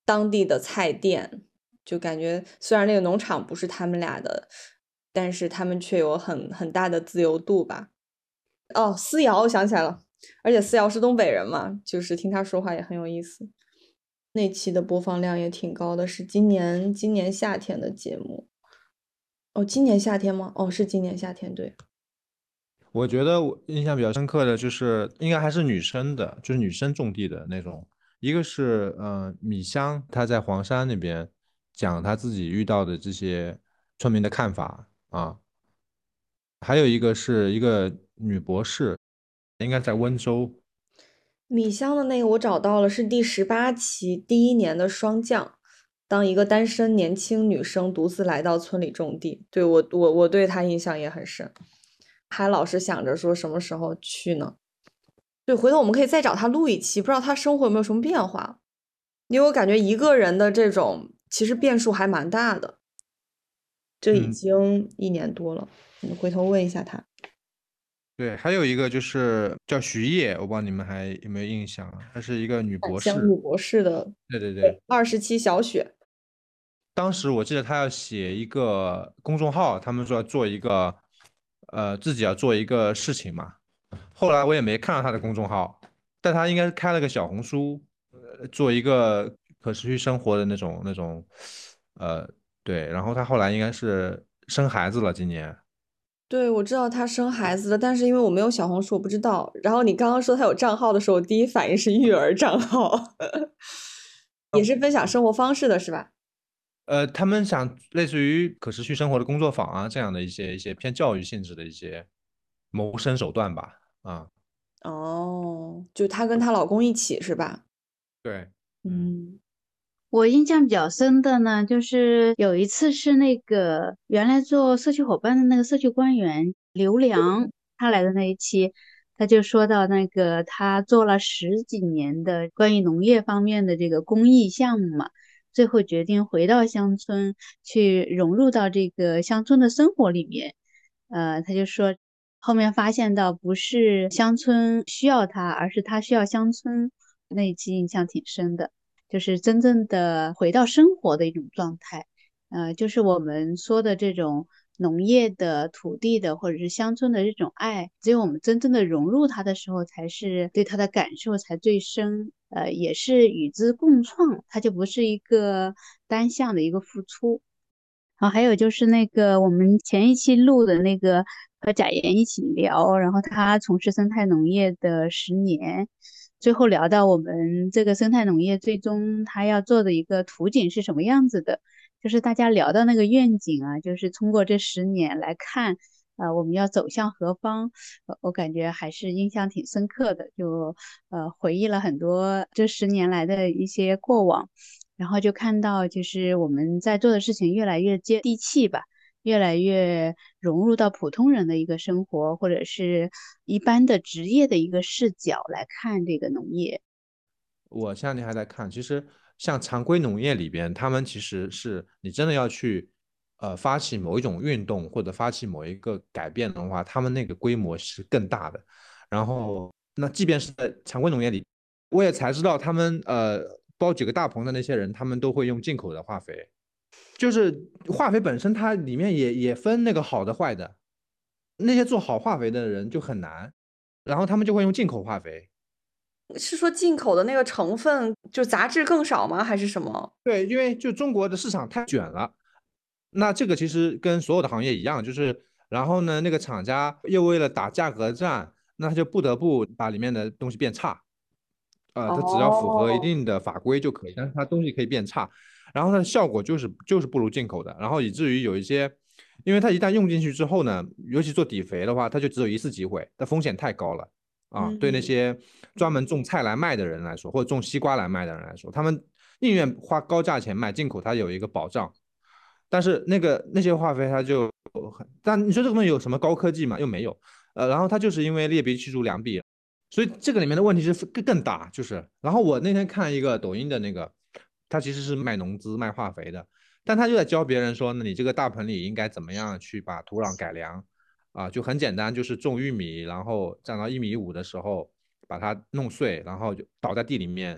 当地的菜店，就感觉虽然那个农场不是他们俩的，但是他们却有很大的自由度吧。哦，思瑶，我想起来了，而且思瑶是东北人嘛，就是听他说话也很有意思。那期的播放量也挺高的，是今年夏天的节目。哦，今年夏天吗？哦，是今年夏天，对。 我觉得我印象比较深刻的就是应该还是女生的，就是女生种地的那种。一个是米香，她在黄山那边讲她自己遇到的这些村民的看法啊，还有一个是一个女博士，应该在温州。 米香的那个我找到了，是第18期第一年的霜降。当一个单身年轻女生独自来到村里种地，对我对她印象也很深，还老是想着说什么时候去呢？对，回头我们可以再找她录一期，不知道她生活有没有什么变化，因为我感觉一个人的这种其实变数还蛮大的。这已经1年多了，你回头问一下她。 对，还有一个就是叫徐烨，我不知道你们还有没有印象啊？她是一个女博士。 像女博士的， 对对对， 27小雪。 当时我记得她要写一个公众号，他们说要做一个，自己要做一个事情嘛。后来我也没看到她的公众号，但她应该是开了个小红书，做一个可持续生活的那种，呃，对。然后她后来应该是生孩子了，今年。 对，我知道她生孩子了，但是因为我没有小红书，我不知道。然后你刚刚说她有账号的时候，我第一反应是育儿账号，也是分享生活方式的，是吧？ 他们想类似于可持续生活的工作坊啊，这样的一些偏教育性质的一些谋生手段吧。啊， 哦，就她跟她老公一起是吧？ 对， 嗯， 我印象比较深的呢，就是有一次是那个原来做社区伙伴的那个社区官员刘良，他来的那一期，他就说到那个他做了十几年的关于农业方面的这个公益项目嘛，最后决定回到乡村去融入到这个乡村的生活里面。他就说后面发现到不是乡村需要他，而是他需要乡村，那一期印象挺深的。就是真正的回到生活的一种状态，就是我们说的这种农业的、土地的或者是乡村的这种爱，只有我们真正的融入它的时候，才是对它的感受才最深，也是与之共创，它就不是一个单向的一个付出。然后还有就是那个我们前一期录的那个和贾岩一起聊，然后他从事生态农业的10年，最后聊到我们这个生态农业最终他要做的一个图景是什么样子的，就是大家聊到那个愿景啊，就是通过这10年来看，我们要走向何方，我感觉还是印象挺深刻的，就回忆了很多这10年来的一些过往。然后就看到，就是我们在做的事情越来越接地气吧，越来越融入到普通人的一个生活，或者是一般的职业的一个视角来看这个农业。 我前两天还在看，其实像常规农业里边，他们其实是你真的要去发起某一种运动或者发起某一个改变的话，他们那个规模是更大的。然后那即便是在常规农业里，我也才知道他们包几个大棚的那些人，他们都会用进口的化肥。就是化肥本身它里面也分那个好的坏的，那些做好化肥的人就很难，然后他们就会用进口化肥。 是说进口的那个成分就杂质更少吗？还是什么？ 对，因为就中国的市场太卷了，那这个其实跟所有的行业一样，就是然后呢，那个厂家又为了打价格战，那他就不得不把里面的东西变差。它只要符合一哦， 定的法规就可以，但是它东西可以变差，然后它的效果就是不如进口的，然后以至于有一些，因为它一旦用进去之后呢，尤其做底肥的话，它就只有一次机会，它风险太高了啊。对那嗯， 些专门种菜来卖的人来说，或者种西瓜来卖的人来说，他们宁愿花高价钱买进口，它有一个保障。但是那些化肥它就但你说这个东西有什么高科技吗？又没有。然后它就是因为劣币驱逐良币，所以这个里面的问题是更大，就是。然后我那天看一个抖音的那个，他其实是卖农资卖化肥的，但他就在教别人说，那你这个大棚里应该怎么样去把土壤改良啊？就很简单，就是种玉米，然后长到1.5米的时候把它弄碎，然后就倒在地里面，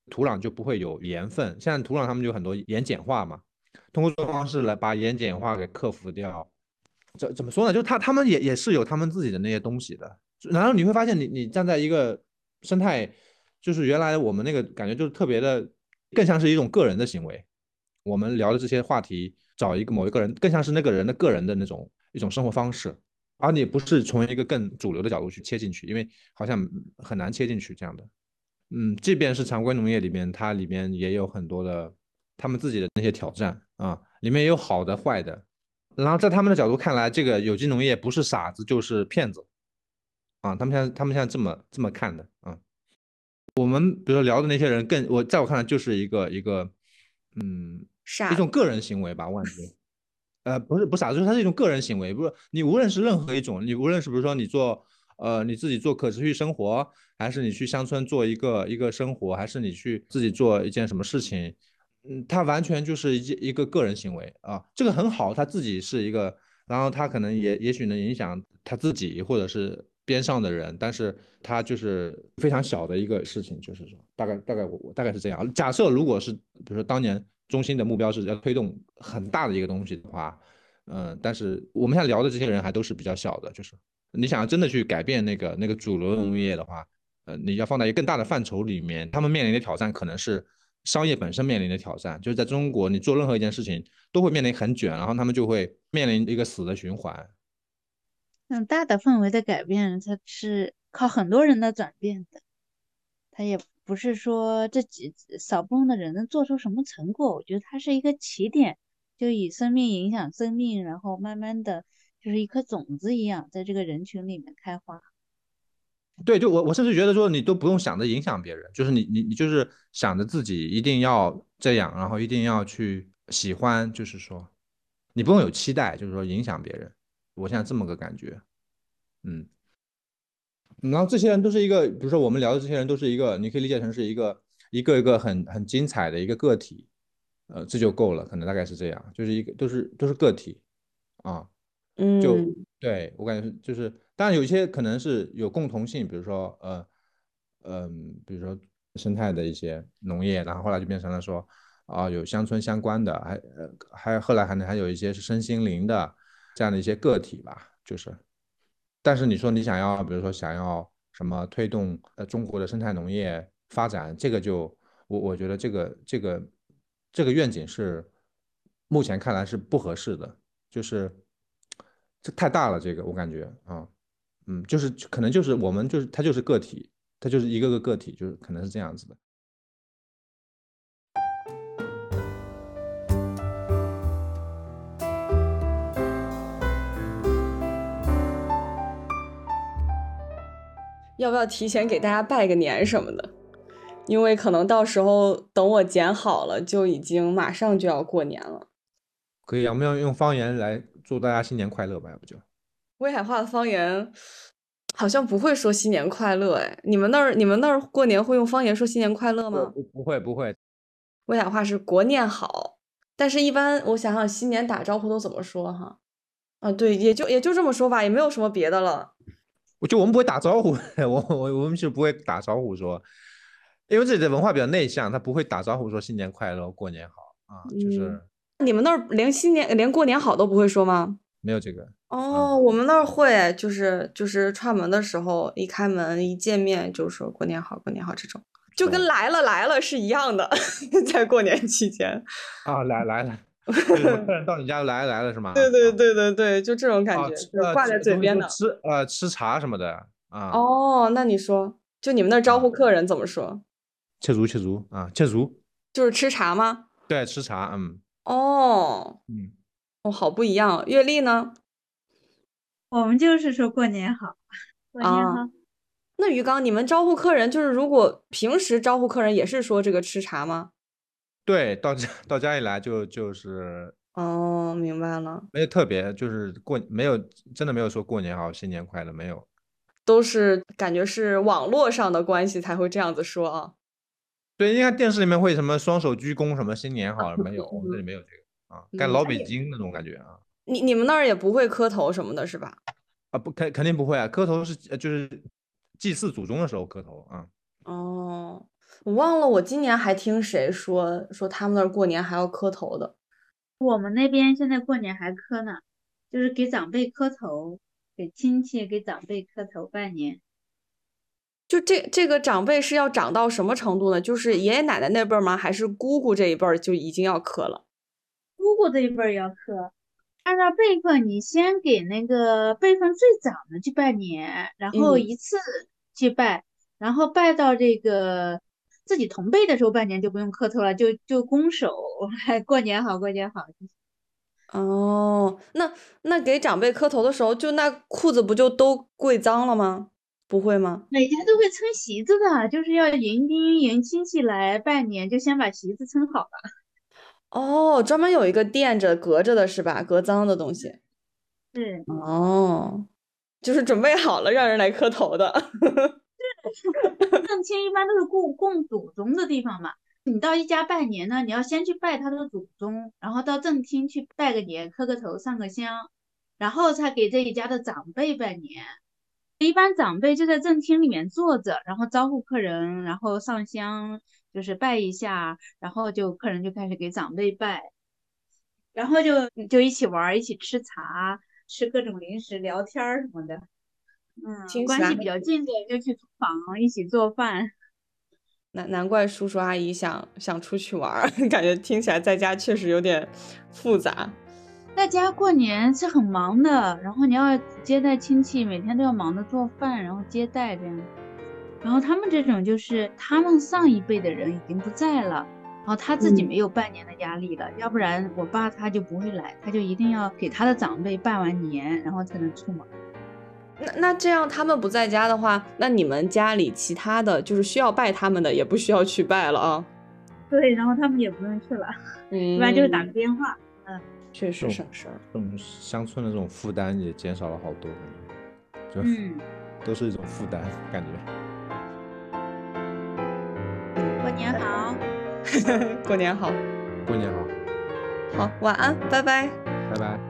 土壤就不会有盐分。现在土壤他们就很多盐碱化嘛，通过这种方式来把盐碱化给克服掉。怎么说呢？就他们也是有他们自己的那些东西的。然后你会发现你站在一个生态，就是原来我们那个感觉就是特别的，更像是一种个人的行为。我们聊的这些话题，找某一个人，更像是那个人的个人的那种一种生活方式，而你不是从一个更主流的角度去切进去，因为好像很难切进去这样的。即便是常规农业里面，它里面也有很多的他们自己的那些挑战啊，里面也有好的坏的。然后在他们的角度看来，这个有机农业不是傻子就是骗子啊，他们现在这么看的啊。我们比如说聊的那些人在我看来就是一个一种个人行为吧，我感觉。不是傻子，就是它是一种个人行为，不是你无论是任何一种，你无论是比如说你自己做可持续生活，还是你去乡村做一个生活，还是你去自己做一件什么事情，它完全就是一个个人行为啊，这个很好，他自己是一个，然后他可能也许能影响他自己或者是边上的人，但是他就是非常小的一个事情，就是说大概我大概是这样。假设如果是比如说当年中心的目标是要推动很大的一个东西的话，但是我们现在聊的这些人还都是比较小的，就是你想要真的去改变那个主流农业的话，你要放在一个更大的范畴里面，他们面临的挑战可能是商业本身面临的挑战，就是在中国你做任何一件事情都会面临很卷，然后他们就会面临一个死的循环。 大的氛围的改变，它是靠很多人的转变的，它也不是说这少部分的人能做出什么成果。我觉得它是一个起点，就以生命影响生命，然后慢慢的就是一颗种子一样，在这个人群里面开花。 对，就我甚至觉得说你都不用想着影响别人，就是你就是想着自己一定要这样，然后一定要去喜欢，就是说你不用有期待，就是说影响别人。我现在这么个感觉。嗯，然后这些人都是一个，比如说我们聊的这些人都是一个，你可以理解成是一个很精彩的一个个体，这就够了，可能大概是这样，就是都是个体啊。就嗯， 对我感觉就是，当然有一些可能是有共同性，比如说比如说生态的一些农业，然后后来就变成了说有乡村相关的，还后来还有一些是身心灵的这样的一些个体吧，就是。但是你说你想要，比如说想要什么推动中国的生态农业发展，这个就我觉得这个愿景是目前看来是不合适的，就是这太大了，这个我感觉啊。就是可能就是我们就是它就是个体，它就是一个个个体，就是可能是这样子的。 要不要提前给大家拜个年什么的？因为可能到时候等我剪好了，就已经马上就要过年了。 可以啊，我们要用方言来祝大家新年快乐吧，要不就？ 威海话的方言好像不会说新年快乐，哎，你们那儿过年会用方言说新年快乐吗？ 不会。 威海话是过年好，但是一般我想想新年打招呼都怎么说哈？啊，对，也就这么说吧，也没有什么别的了。 我们不会打招呼，我们是不会打招呼说，因为这里的文化比较内向，他不会打招呼说新年快乐、过年好啊，就是你们那儿连新年连过年好都不会说吗？ 没有这个哦，我们那儿会，就是串门的时候，一开门一见面就说过年好，过年好这种，就跟来了来了是一样的，在过年期间。 来了，就是什么客人到你家来了是吗？ 对，就这种感觉，就是挂在嘴边的。 吃茶什么的啊， 哦，那你说，就你们那儿招呼客人怎么说？ 切足啊，切足， 就是吃茶吗？ 对，吃茶， 哦， 嗯， 哦，好不一样。阅历呢？ 我们就是说过年好，过年啊， 好。 那鱼缸，你们招呼客人，就是如果平时招呼客人也是说这个吃茶吗？ 对，到家里来就是哦，明白了， 没有特别，就是没有真的没有说过年好、新年快乐，没有。 都是感觉是网络上的关系才会这样子说啊。 对，应该电视里面会什么双手鞠躬，什么新年好，没有，我们这里没有这个啊，干老北京那种感觉啊。 你们那儿也不会磕头什么的，是吧？ 不肯定不会啊，磕头是就是祭祀祖宗的时候磕头啊。 哦， 我忘了我今年还听谁说他们那儿过年还要磕头的。 我们那边现在过年还磕呢，就是给长辈磕头，给亲戚给长辈磕头拜年。 就这个长辈是要长到什么程度呢？就是爷爷奶奶那辈儿吗？还是姑姑这一辈儿就已经要磕了？ 姑姑这一辈儿要磕，按照辈分，你先给那个辈分最长的去拜年，然后一次去拜，然后拜到这个自己同辈的时候拜年就不用磕头了，就拱手，过年好，过年好。 哦，那给长辈磕头的时候，就那裤子不就都跪脏了吗？不会吗？ 每家都会称席子的，就是要迎宾迎亲戚来拜年，就先把席子称好了。 哦，专门有一个垫着隔着的是吧？隔脏的东西。 是。 哦，就是准备好了让人来磕头的。 正厅一般都是供祖宗的地方嘛。你到一家拜年呢，你要先去拜他的祖宗，然后到正厅去拜个年，磕个头，上个香，然后才给这一家的长辈拜年。一般长辈就在正厅里面坐着，然后招呼客人，然后上香，就是拜一下，然后客人就开始给长辈拜，然后就一起玩，一起吃茶，吃各种零食，聊天什么的。关系比较近的就去厨房一起做饭。 难怪叔叔阿姨想出去玩，感觉听起来在家确实有点复杂。 在家过年是很忙的，然后你要接待亲戚，每天都要忙着做饭，然后接待这样。然后他们这种就是他们上一辈的人已经不在了，然后他自己没有拜年的压力了，要不然我爸他就不会来，他就一定要给他的长辈拜完年，然后才能出门。 那这样他们不在家的话，那你们家里其他的就是需要拜他们的也不需要去拜了啊？ 对，然后他们也不用去了，一般就是打个电话。 确实省事儿。 这种乡村的这种负担也减少了好多，就都是一种负担感觉。 过年好。 过年好。 过年好。 好，晚安，拜拜。 拜拜。